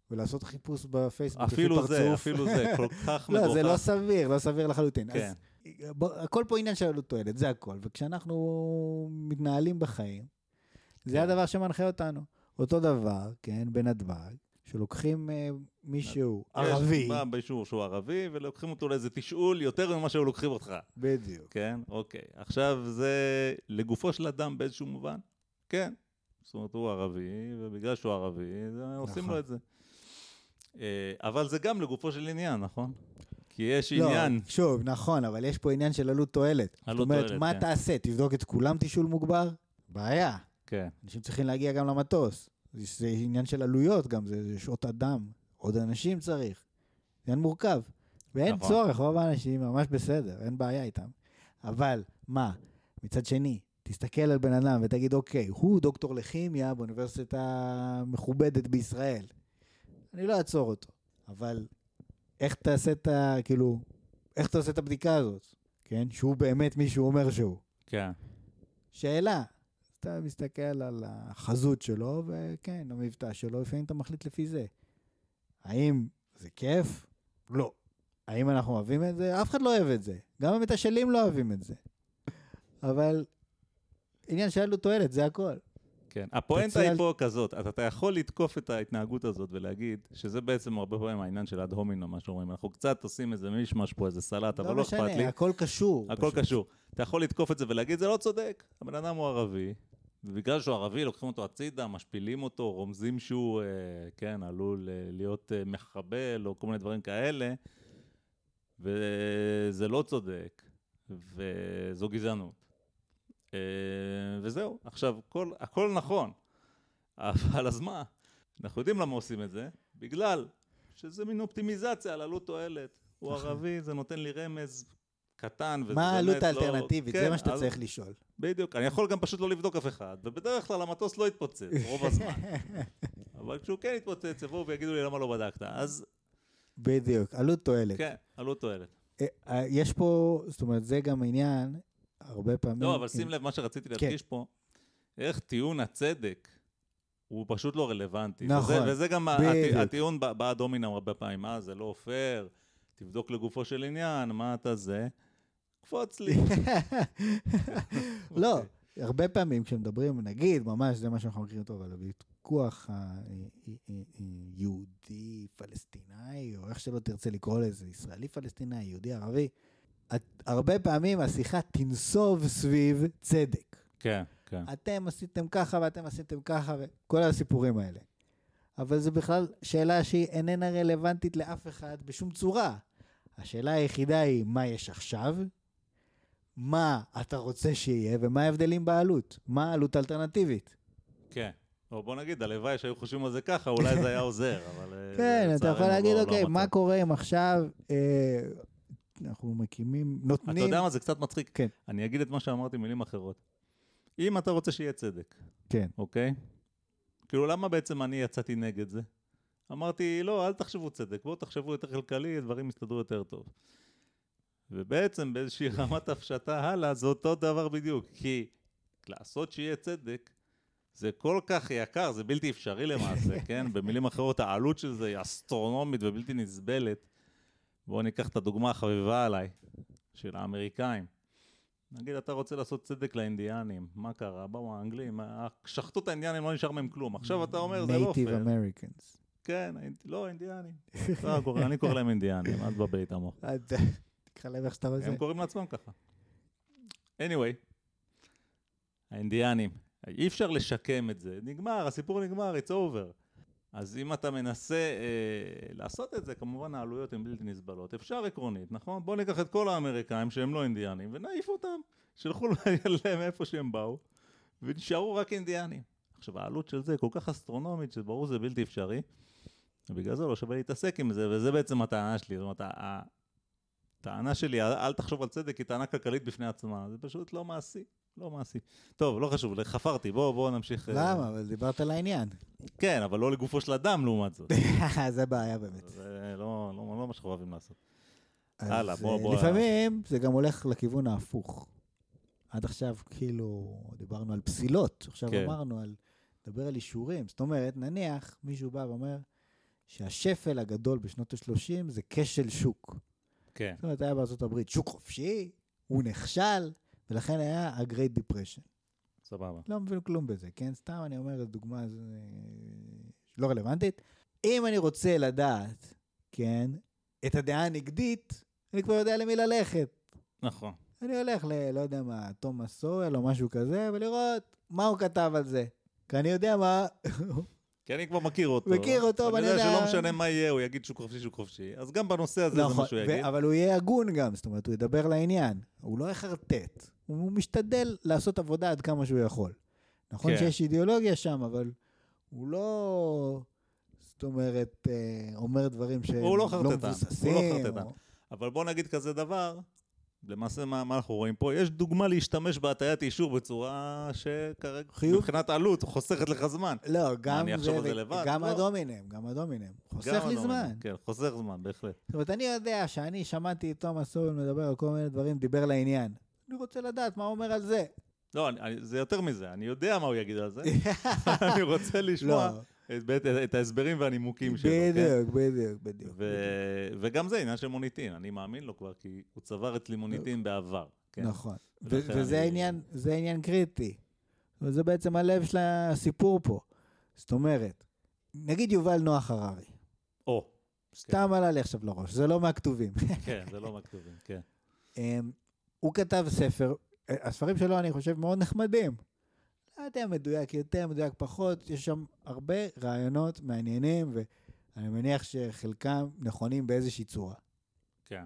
ולעשות חיפוש בפייסבוק. אפילו זה, כל כך מגוחך. לא, זה לא סביר לחלוטין. כן. אז הכל פה עניין של עלות תועלת, זה הכל. וכשאנחנו מתנהלים בחיים, זה הדבר שמנחה אותנו. אותו דבר, כן, בנתב"ג, שלוקחים מישהו ערבי. בא מישהו שהוא ערבי, ולוקחים אותו לאיזה תשאול יותר ממה שהוא לוקחים אותך. בדיוק. כן, אוקיי. עכשיו זה לגופו של אדם באיזשהו מובן. כן. זאת אומרת, הוא ערבי, ובגלל שהוא ערבי, עושים לו את זה. אבל זה גם לגופו של עניין, נכון? כי יש עניין. לא, שוב, נכון, אבל יש פה עניין של עלות תועלת. זאת אומרת, מה תעשה? תבדוק את כולם תשאול מוגבר? בעיה. כן. אנשים צריכים להגיע גם למטוס. זה עניין של עלויות גם, זה שעות אדם. עוד אנשים צריך. זה עניין מורכב. ואין צורך, רוב האנשים ממש בסדר, אין בעיה איתם. אבל, מה? מצד שני, תסתכל על בן אדם ותגיד, אוקיי, הוא דוקטור לכימיה באוניברסיטה מכובדת בישראל. אני לא אעצור אותו. אבל איך תעשה איך אתה עושה את הבדיקה הזאת? כן? שהוא באמת מישהו אומר שהוא. כן. שאלה. אתה מסתכל על החזות שלו, וכן, המבטא שלו, לפעמים אתה מחליט לפי זה. האם זה כיף? לא. האם אנחנו אוהבים את זה? אף אחד לא אוהב את זה. גם המתשאלים לא אוהבים את זה. אבל עניין שאלו תועלת, זה הכל. כן, הפואנטה היא פה כזאת, אתה יכול לתקוף את ההתנהגות הזאת ולהגיד שזה בעצם הרבה פעמים העניין של עד הומינו, מה שאומרים, אנחנו קצת עושים איזה מישמש פה, איזה סלט, אבל לא אכפת לי. לא משנה, הכל קשור. הכל קשור. אתה יכול לתקוף את זה ולהגיד, זה לא צודק, הבן אדם הוא ערבי, ובגלל שהוא ערבי, לוקחים אותו הצידה, משפילים אותו, רומזים שהוא, כן, עלול להיות מחבל או כל מיני דברים כאלה, וזה לא צודק, וזו גזענות. וזהו, עכשיו, הכל נכון, אבל אז מה? אנחנו יודעים למה עושים את זה, בגלל שזה מין אופטימיזציה על עלות תועלת. הוא ערבי, זה נותן לי רמז קטן. מה העלות האלטרנטיבית? זה מה שאתה צריך לשאול. בדיוק, אני יכול גם פשוט לא לבדוק אף אחד, ובדרך כלל המטוס לא יתפוצץ, רוב הזמן. אבל כשהוא כן יתפוצץ, יבואו ויגידו לי למה לא בדקת, אז... בדיוק, עלות תועלת. כן, עלות תועלת. יש פה, זאת אומרת, זה גם עניין, הרבה פעמים... לא, אבל שים לב מה שרציתי להדגיש פה, איך טיעון הצדק הוא פשוט לא רלוונטי. נכון, וזה גם הטיעון בעד הומינם הרבה פעמים, מה זה לא פייר, תבדוק לגופו של עניין, מה אתה זה, קפוץ לי. לא, הרבה פעמים כשמדברים, נגיד, ממש זה מה שאנחנו מכירים טוב, על הוויכוח יהודי, פלסטיני, או איך שלא תרצה לקרוא לזה, ישראלי פלסטיני, יהודי ערבי, הרבה פעמים השיחה תנסוב סביב צדק. כן, כן. אתם עשיתם ככה ואתם עשיתם ככה, וכל הסיפורים האלה. אבל זה בכלל שאלה שהיא איננה רלוונטית לאף אחד בשום צורה. השאלה היחידה היא, מה יש עכשיו? מה אתה רוצה שיהיה, ומה ההבדלים בעלות? מה העלות האלטרנטיבית? כן. או בוא נגיד, הלוואי שהיו חושבים על זה ככה, אולי זה היה עוזר, אבל... כן, אתה יכול להגיד, אוקיי, מה קורה אם עכשיו אנחנו מקימים, נותנים... אתה יודע מה, זה קצת מצחיק. כן. אני אגיד את מה שאמרתי מילים אחרות. אם אתה רוצה שיהיה צדק, כן. אוקיי? כאילו, למה בעצם אני יצאתי נגד זה? אמרתי, לא, אל תחשבו צדק, בואו תחשבו יותר כלכלי, הדברים יסתדרו יותר טוב. ובעצם באיזושהי רמת הפשטה הלאה, זה אותו דבר בדיוק. כי לעשות שיהיה צדק, זה כל כך יקר, זה בלתי אפשרי למעשה, כן? במילים אחרות, העלות של זה היא אסטרונומית ובלתי נסבלת. בואו ניקח את הדוגמה החביבה עליי, של האמריקאים. נגיד, אתה רוצה לעשות צדק לאינדיאנים, מה קרה? באו האנגלים, שחטו את האינדיאנים, לא נשאר מהם כלום. עכשיו אתה אומר, זה לא פייר. Native Americans. כן, לא, אינדיאנים. אני קורא להם אינדיאנים, אל תבלבל את המוח. תקרא להם איך שאתה רוצה. הם קוראים לעצמם ככה. anyway, האינדיאנים, אי אפשר לשקם את זה. נגמר, הסיפור נגמר, it's over. אז אם אתה מנסה לעשות את זה, כמובן העלויות הן בלתי נסבלות. אפשר עקרונית, נכון? בואו ניקח את כל האמריקאים שהם לא אינדיאנים, ונעיף אותם, שלחו להם איפה שהם באו, ונשארו רק אינדיאנים. עכשיו, העלות של זה כל כך אסטרונומית, שברור זה בלתי אפשרי, ובגלל זה לא שווה להתעסק עם זה, וזה בעצם הטענה שלי. זאת אומרת, הטענה שלי, אל תחשוב על צדק, היא טענה כלכלית בפני עצמה. זה פשוט לא מעשי. לא מעשי. טוב, לא חשוב, חפרתי, בואו נמשיך. למה? אבל דיברת על העניין. כן, אבל לא לגופו של אדם לעומת זאת. זה בעיה באמת. זה לא מה שאנחנו אוהבים לעשות. הלאה, בוא. לפעמים זה גם הולך לכיוון ההפוך. עד עכשיו כאילו דיברנו על פסילות, עכשיו אמרנו על, דבר על אישורים. זאת אומרת, נניח מישהו בא ואומר שהשפל הגדול בשנות ה-30 זה כשל שוק. כן. זאת אומרת, היה בארצות הברית שוק חופשי, הוא נכשל, ולכן היה ה-Great Depression. סבבה. לא מבין כלום בזה, כן? סתם אני אומר, דוגמה לא רלוונטית. אם אני רוצה לדעת, כן, את הדעה הנגדית, אני כבר יודע למי ללכת. נכון. אני הולך לא יודע מה, תומאס סואל או משהו כזה, ולראות מה הוא כתב על זה. כי אני יודע מה... כי אני כבר מכיר אותו. מכיר אותו, ואני יודע שלא משנה מה יהיה, הוא יגיד שוק חופשי, שוק חופשי. אז גם בנושא הזה זה מה שהוא יגיד. אבל הוא יהיה הגון גם, זאת אומרת, הוא ידבר לעניין. הוא לא יחרטט. הוא משתדל לעשות עבודה עד כמה שהוא יכול. נכון שיש אידיאולוגיה שם, אבל הוא לא, זאת אומרת, אומר דברים שהם לא מבוססים. הוא לא חרטטן. אבל בוא נגיד כזה דבר, למעשה מה אנחנו רואים פה, יש דוגמה להשתמש בהטיית אישור בצורה שכרגע, מבחינת עלות, חוסכת לך זמן. לא, גם הדומינם, גם הדומינם. חוסך לי זמן. כן, חוסך זמן, בהחלט. זאת אומרת, אני יודע שאני שמעתי את תומאס סואל מדבר על כל מיני דברים, דיבר לעניין. אני רוצה לדעת מה הוא אומר על זה. לא, זה יותר מזה, אני יודע מה הוא יגיד על זה. אני רוצה לשמוע את ההסברים והנימוקים שלו. בדיוק. וגם זה עניין של מוניטין, אני מאמין לו כבר, כי הוא צבר אצלי מוניטין בעבר. נכון, וזה עניין קריטי. וזה בעצם הלב של הסיפור פה. זאת אומרת, נגיד יובל נוח הררי. סתם עלה לי עכשיו לראש, זה לא מהכתובים. כן, זה לא מהכתובים, כן. הוא כתב ספר, הספרים שלו אני חושב מאוד נחמדים. לא יודע מדויק יותר, מדויק פחות, יש שם הרבה רעיונות מעניינים, ואני מניח שחלקם נכונים באיזושהי צורה. כן.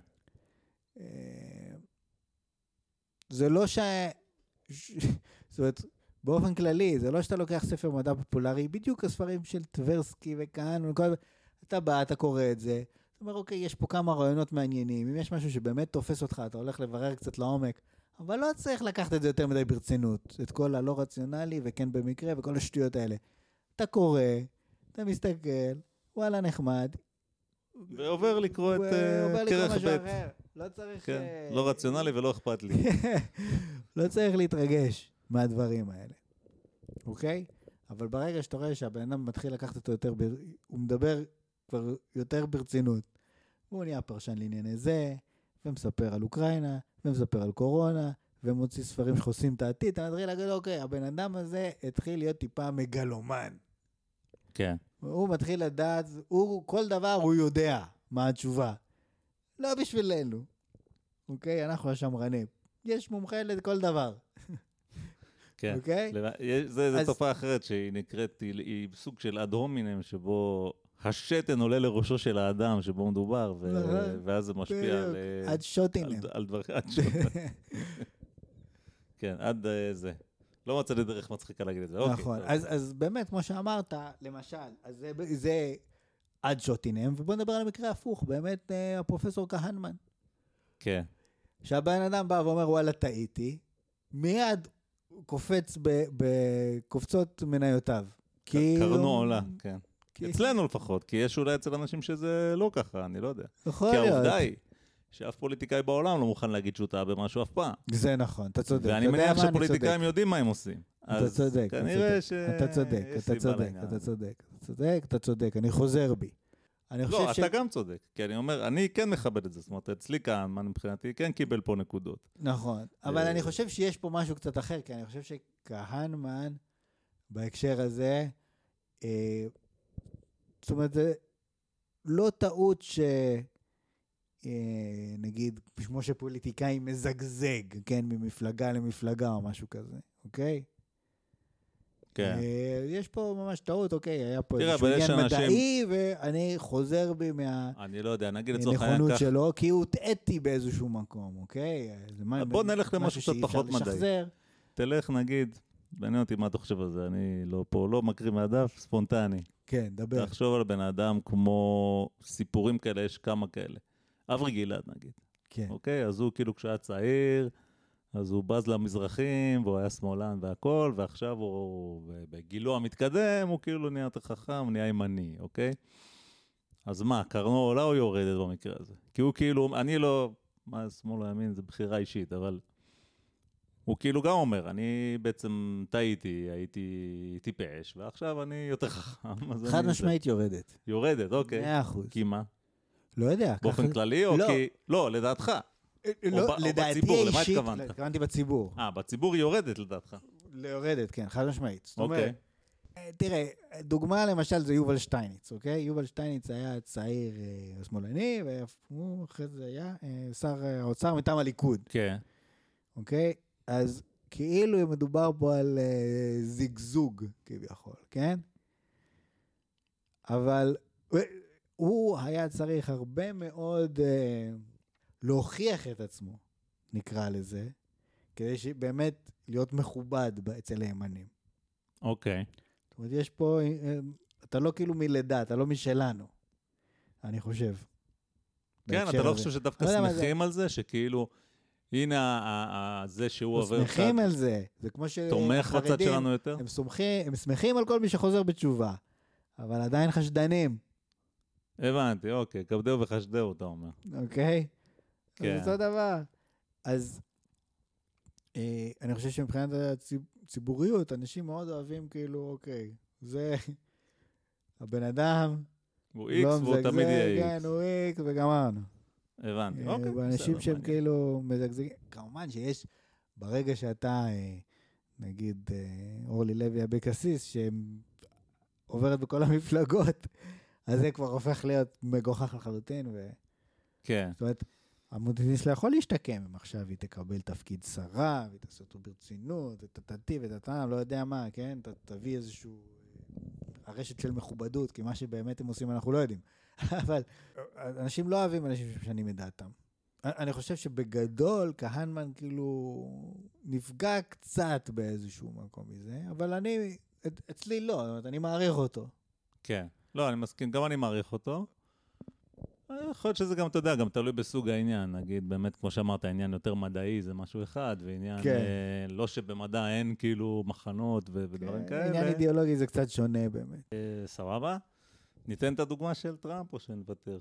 זה לא זאת אומרת, באופן כללי, זה לא שאתה לוקח ספר מדע פופולרי, בדיוק הספרים של טברסקי וכהן, אתה בא, אתה קורא את זה, אתה אומר, אוקיי, יש פה כמה רעיונות מעניינים, אם יש משהו שבאמת תופס אותך, אתה הולך לברר קצת לעומק, אבל לא צריך לקחת את זה יותר מדי ברצינות, את כל הלא רציונלי וכן במקרה וכל השטויות האלה. אתה קורא, אתה מסתכל, וואלה נחמד. ועובר לקרוא את כרך ב'. לא צריך... כן, לא רציונלי ולא אכפת לי. לא צריך להתרגש מהדברים האלה. אוקיי? אבל ברגע שאתה רואה שהבן אדם מתחיל לקחת אותו יותר, הוא מדבר כבר יותר ברצינות. הוא נהיה פרשן לענייני זה, ומספר על אוקראינה, ומספר על קורונה, ומוציא ספרים שחוסים את העתיד, אתה מתחיל להגיד, אוקיי, הבן אדם הזה התחיל להיות טיפה מגלומן. כן. הוא מתחיל לדעת, כל דבר הוא יודע מה התשובה. לא בשבילנו. אוקיי? אנחנו השמרנים. יש מומחה לכל דבר. כן. אוקיי? זה תופעה אחרת שהיא נקראת, היא סוג של אד הומינם, שבו השתן עולה לראשו של האדם שבו מדובר, ואז זה משפיע על... עד שוטינם. עד שוטינם. כן, עד זה. לא מצא לי דרך מצחיקה להגיד את זה. נכון. אז באמת, כמו שאמרת, למשל, אז זה עד שוטינם, ובוא נדבר על המקרה הפוך, באמת הפרופסור כהנמן. כן. שהבן אדם בא ואומר, וואלה, טעיתי, קופץ בקופצות מניותיו. קרנו עולה, כן. אצלנו לפחות, כי יש אולי אצל אנשים שזה לא ככה, אני לא יודע. יכול להיות. כי העובדה היא שאף פוליטיקאי בעולם לא מוכן להגיד שהוא טעה במשהו אף פעם. זה נכון, אתה צודק. ואני מניח שפוליטיקאים יודעים מה הם עושים. אתה צודק. כנראה אתה צודק, אני חוזר בי. לא, אתה גם צודק, כי אני אומר, אני כן מכבד את זה, זאת אומרת, אצלי כהנמן מבחינתי כן קיבל פה נקודות. נכון, אבל אני חושב שיש פה משהו קצת אחר, כי אני חושב שכהנמן, בהקשר הזה, זאת אומרת, זה לא טעות נגיד, כמו שפוליטיקאי מזגזג, כן, ממפלגה למפלגה או משהו כזה, אוקיי? כן. יש פה ממש טעות, אוקיי, היה פה איזשהו עניין מדעי, ואני חוזר בי מהנכונות שלו, כי הוא טעתי באיזשהו מקום, אוקיי? בוא נלך למשהו קצת פחות מדעי. תלך, נגיד, מעניין אותי מה אתה חושב על זה, אני לא מקריא מהדף, ספונטני. כן, דבר. תחשוב על בן אדם כמו סיפורים כאלה, יש כמה כאלה. אברי גלעד נגיד. כן. אוקיי, אז הוא כאילו כשהיה צעיר, אז הוא בז למזרחים, והוא היה שמאלן והכל, ועכשיו הוא בגילו המתקדם, הוא כאילו נהיה יותר חכם, נהיה ימני, אוקיי? אז מה, קרנו עולה או יורדת במקרה הזה? כי הוא כאילו, אני לא, מה שמאל או ימין, זה בחירה אישית, אבל הוא כאילו גם אומר, אני בעצם טעיתי, הייתי טיפש, ועכשיו אני יותר חכם. חד משמעית יורדת. יורדת, אוקיי. 100%. כי מה? לא יודע. באופן כללי או לא. כי... לא, לדעתך. לא, או לדעתי בציבור, למה האישית, התכוונת? התכוונתי בציבור. בציבור היא יורדת לדעתך. יורדת, כן, חד משמעית. זאת אוקיי. אומרת, תראה, דוגמה למשל זה יובל שטייניץ, אוקיי? יובל שטייניץ היה צעיר שמאלני, והוא אחרי זה היה שר האוצר מטעם הליכוד, כן. אוקיי? אז כאילו מדובר פה על זיגזוג כביכול, כן? אבל הוא היה צריך הרבה מאוד להוכיח את עצמו, נקרא לזה, כדי שבאמת להיות מכובד אצל הימנים. אוקיי. זאת אומרת, יש פה, אתה לא כאילו מלידה, אתה לא משלנו, אני חושב. כן, אתה לא חושב שדווקא שמחים על זה, שכאילו, הנה זה שהוא עובר... שמחים על זה, זה כמו תומך בצד שלנו יותר? הם שמחים על כל מי שחוזר בתשובה, אבל עדיין חשדנים. הבנתי, אוקיי, כבדהו וחשדהו, אתה אומר. אוקיי? כן. זה אותו דבר. אז אני חושב שמבחינת הציבוריות, אנשים מאוד אוהבים כאילו, אוקיי, זה הבן אדם, הוא איקס והוא תמיד יהיה איקס. כן, הוא איקס וגמרנו. הבנתי, אוקיי. ואנשים שהם כאילו מזגזגים, כמובן שיש, ברגע שאתה, נגיד, אורלי לוי אבקסיס, שעוברת בכל המפלגות, אז זה כבר הופך להיות מגוחך לחלוטין. כן. זאת אומרת, המודיעין שלה יכול להשתקם, אם עכשיו היא תקבל תפקיד שרה, והיא תעשה אותו ברצינות, ותתתי ותתם, לא יודע מה, כן? תביא איזשהו הרשת של מכובדות, כי מה שבאמת הם עושים אנחנו לא יודעים. אבל אנשים לא אוהבים אנשים שמשנים את דעתם. אני חושב שבגדול, כהנמן כאילו נפגע קצת באיזשהו מקום מזה, אבל אצלי לא, זאת אומרת, אני מעריך אותו. כן. לא, אני מסכים, גם אני מעריך אותו. יכול להיות שזה גם, אתה יודע, גם תלוי בסוג העניין. נגיד, באמת, כמו שאמרת, העניין יותר מדעי זה משהו אחד, ועניין לא שבמדע אין כאילו מחנות ודברים כאלה. עניין אידיאולוגי זה קצת שונה באמת. סבבה? ניתן את הדוגמה של טראמפ או שנוותר?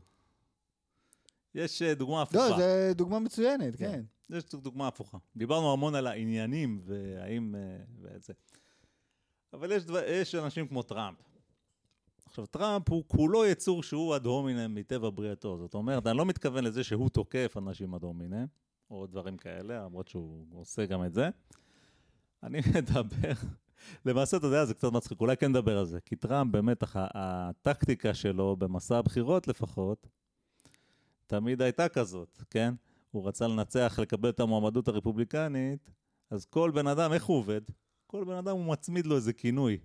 יש דוגמה הפוכה. לא, זו דוגמה מצוינת, כן. יש דוגמה הפוכה. דיברנו המון על העניינים והאם וזה. אבל יש אנשים כמו טראמפ. עכשיו, טראמפ הוא כולו יצור שהוא הדומינם מטבע בריאתו. זאת אומרת, אני לא מתכוון לזה שהוא תוקף אנשים הדומינם, או דברים כאלה, למרות שהוא עושה גם את זה. אני מדבר, למעשה, אתה יודע, זה קצת מצחיק, אולי כן נדבר על זה, כי טראמפ באמת, הטקטיקה שלו, במסע הבחירות לפחות, תמיד הייתה כזאת, כן? הוא רצה לנצח, לקבל את המועמדות הרפובליקנית, אז כל בן אדם, איך הוא עובד? כל בן אדם הוא מצמיד לו איזה כינוי.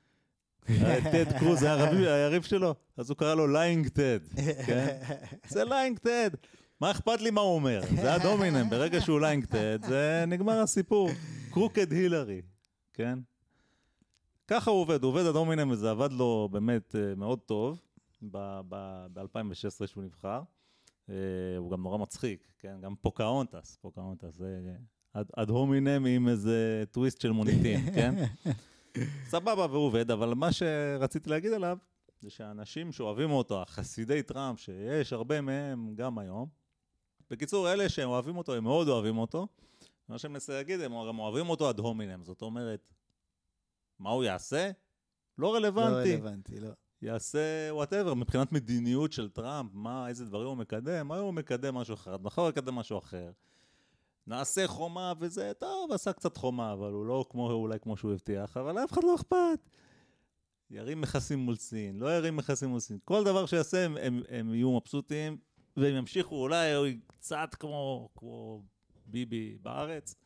טד קרוז, זה היריב שלו, אז הוא קרא לו ליינג טד, כן? זה ליינג טד. מה אכפת לי מה הוא אומר? זה הדומינם, ברגע שהוא ליינג טד, זה נגמר הסיפור. קרוקד הילרי, כן? ככה הוא עובד הדומינם, וזה עבד לו באמת מאוד טוב, ב-2016 שהוא נבחר. הוא גם נורא מצחיק, כן? גם פוקהונטס, זה הדומינם עם איזה טוויסט של מוניטין, כן? סבבה והוא עובד, אבל מה שרציתי להגיד עליו, זה שהאנשים שאוהבים אותו, החסידי טראמפ, שיש הרבה מהם גם היום, בקיצור, אלה שהם אוהבים אותו, הם מאוד אוהבים אותו, מה שהם מנסה להגיד, הם גם אוהבים אותו עד הומינם, זאת אומרת, מה הוא יעשה? לא רלוונטי. לא רלוונטי, לא. יעשה whatever, מבחינת מדיניות של טראמפ, איזה דברים הוא מקדם, היום הוא מקדם משהו אחר, מחר הוא מקדם משהו אחר. נעשה חומה וזה, טוב, עשה קצת חומה, אבל הוא לא אולי כמו שהוא הבטיח, אבל אף אחד לא אכפת. ירים מכסים מול סין, לא ירים מכסים מול סין. כל דבר שיעשה, הם יהיו מבסוטים, והם ימשיכו אולי קצת כמו ביבי בארץ.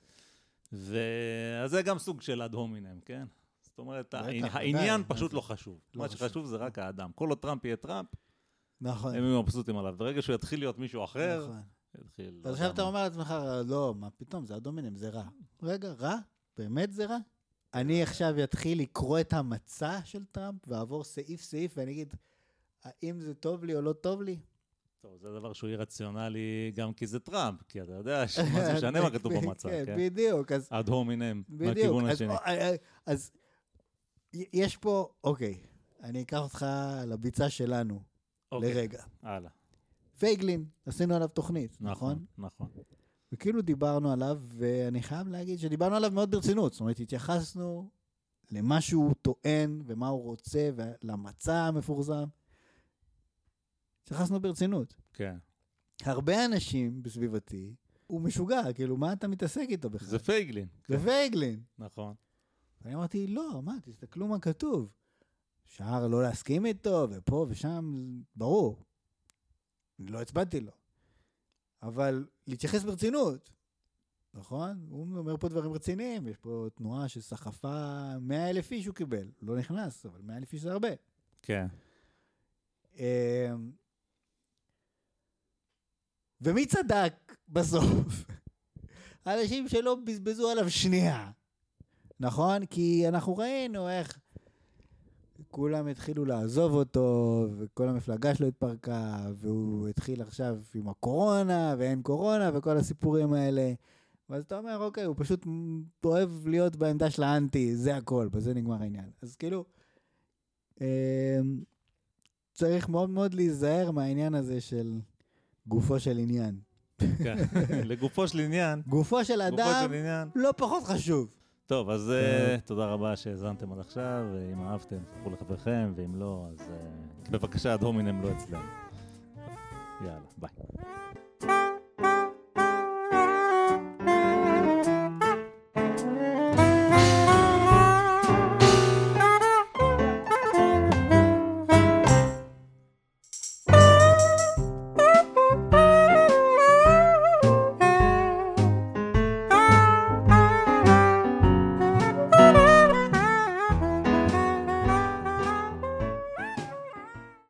אז זה גם סוג של הדומינם, כן? זאת אומרת, העניין פשוט לא חשוב. מה שחשוב זה רק האדם. כל עוד טראמפ יהיה טראמפ, הם יהיו מבסוטים עליו. ברגע שהוא יתחיל להיות מישהו אחר, אז עכשיו אתה אומר לעצמך, לא, מה פתאום, זה הדומינם, זה רע. רגע, רע? באמת זה רע? אני עכשיו אתחיל לקרוא את המצע של טראמפ, ועבור סעיף סעיף, ואני אגיד, האם זה טוב לי או לא טוב לי? טוב, זה דבר שהוא יהיה רציונלי גם כי זה טראמפ, כי אתה יודע שמה זה משנה מה כתוב במצע, כן? בדיוק. הדומינם, מהכיוון השני. אז יש פה, אוקיי, אני אקח אותך לביצה שלנו, לרגע. הלאה. פייגלין, עשינו עליו תוכנית, נכון? נכון. וכאילו דיברנו עליו, ואני חייב להגיד שדיברנו עליו מאוד ברצינות. זאת אומרת, התייחסנו למה שהוא טוען, ומה הוא רוצה, ולמצע המפורסם. התייחסנו ברצינות. כן. הרבה אנשים בסביבתי, הוא משוגע, כאילו, מה אתה מתעסק איתו בכלל? זה פייגלין. זה פייגלין. נכון. ואני אמרתי, לא, מה, תסתכלו מה כתוב. אפשר לא להסכים איתו, ופה ושם, ברור. לא הצבעתי לו. אבל להתייחס ברצינות, נכון? הוא אומר פה דברים רציניים, יש פה תנועה שסחפה 100,000 איש הוא קיבל. לא נכנס, אבל 100,000 איש זה הרבה. כן. ומי צדק בסוף? האנשים שלא בזבזו עליו שנייה. נכון? כי אנחנו ראינו איך כולם התחילו לעזוב אותו, וכל המפלגה שלו התפרקה, והוא התחיל עכשיו עם הקורונה, ואין קורונה, וכל הסיפורים האלה. ואז אתה אומר, אוקיי, הוא פשוט אוהב להיות בעמדה של האנטי, זה הכל, בזה נגמר העניין. אז כאילו, צריך מאוד מאוד להיזהר מהעניין הזה של גופו של עניין. כן. לגופו של עניין. גופו של אדם לא פחות חשוב. טוב, אז תודה רבה שהזנתם עד עכשיו, ואם אהבתם, ספרו לחבריכם, ואם לא, אז בבקשה, הדומינם לא אצלנו. יאללה, ביי.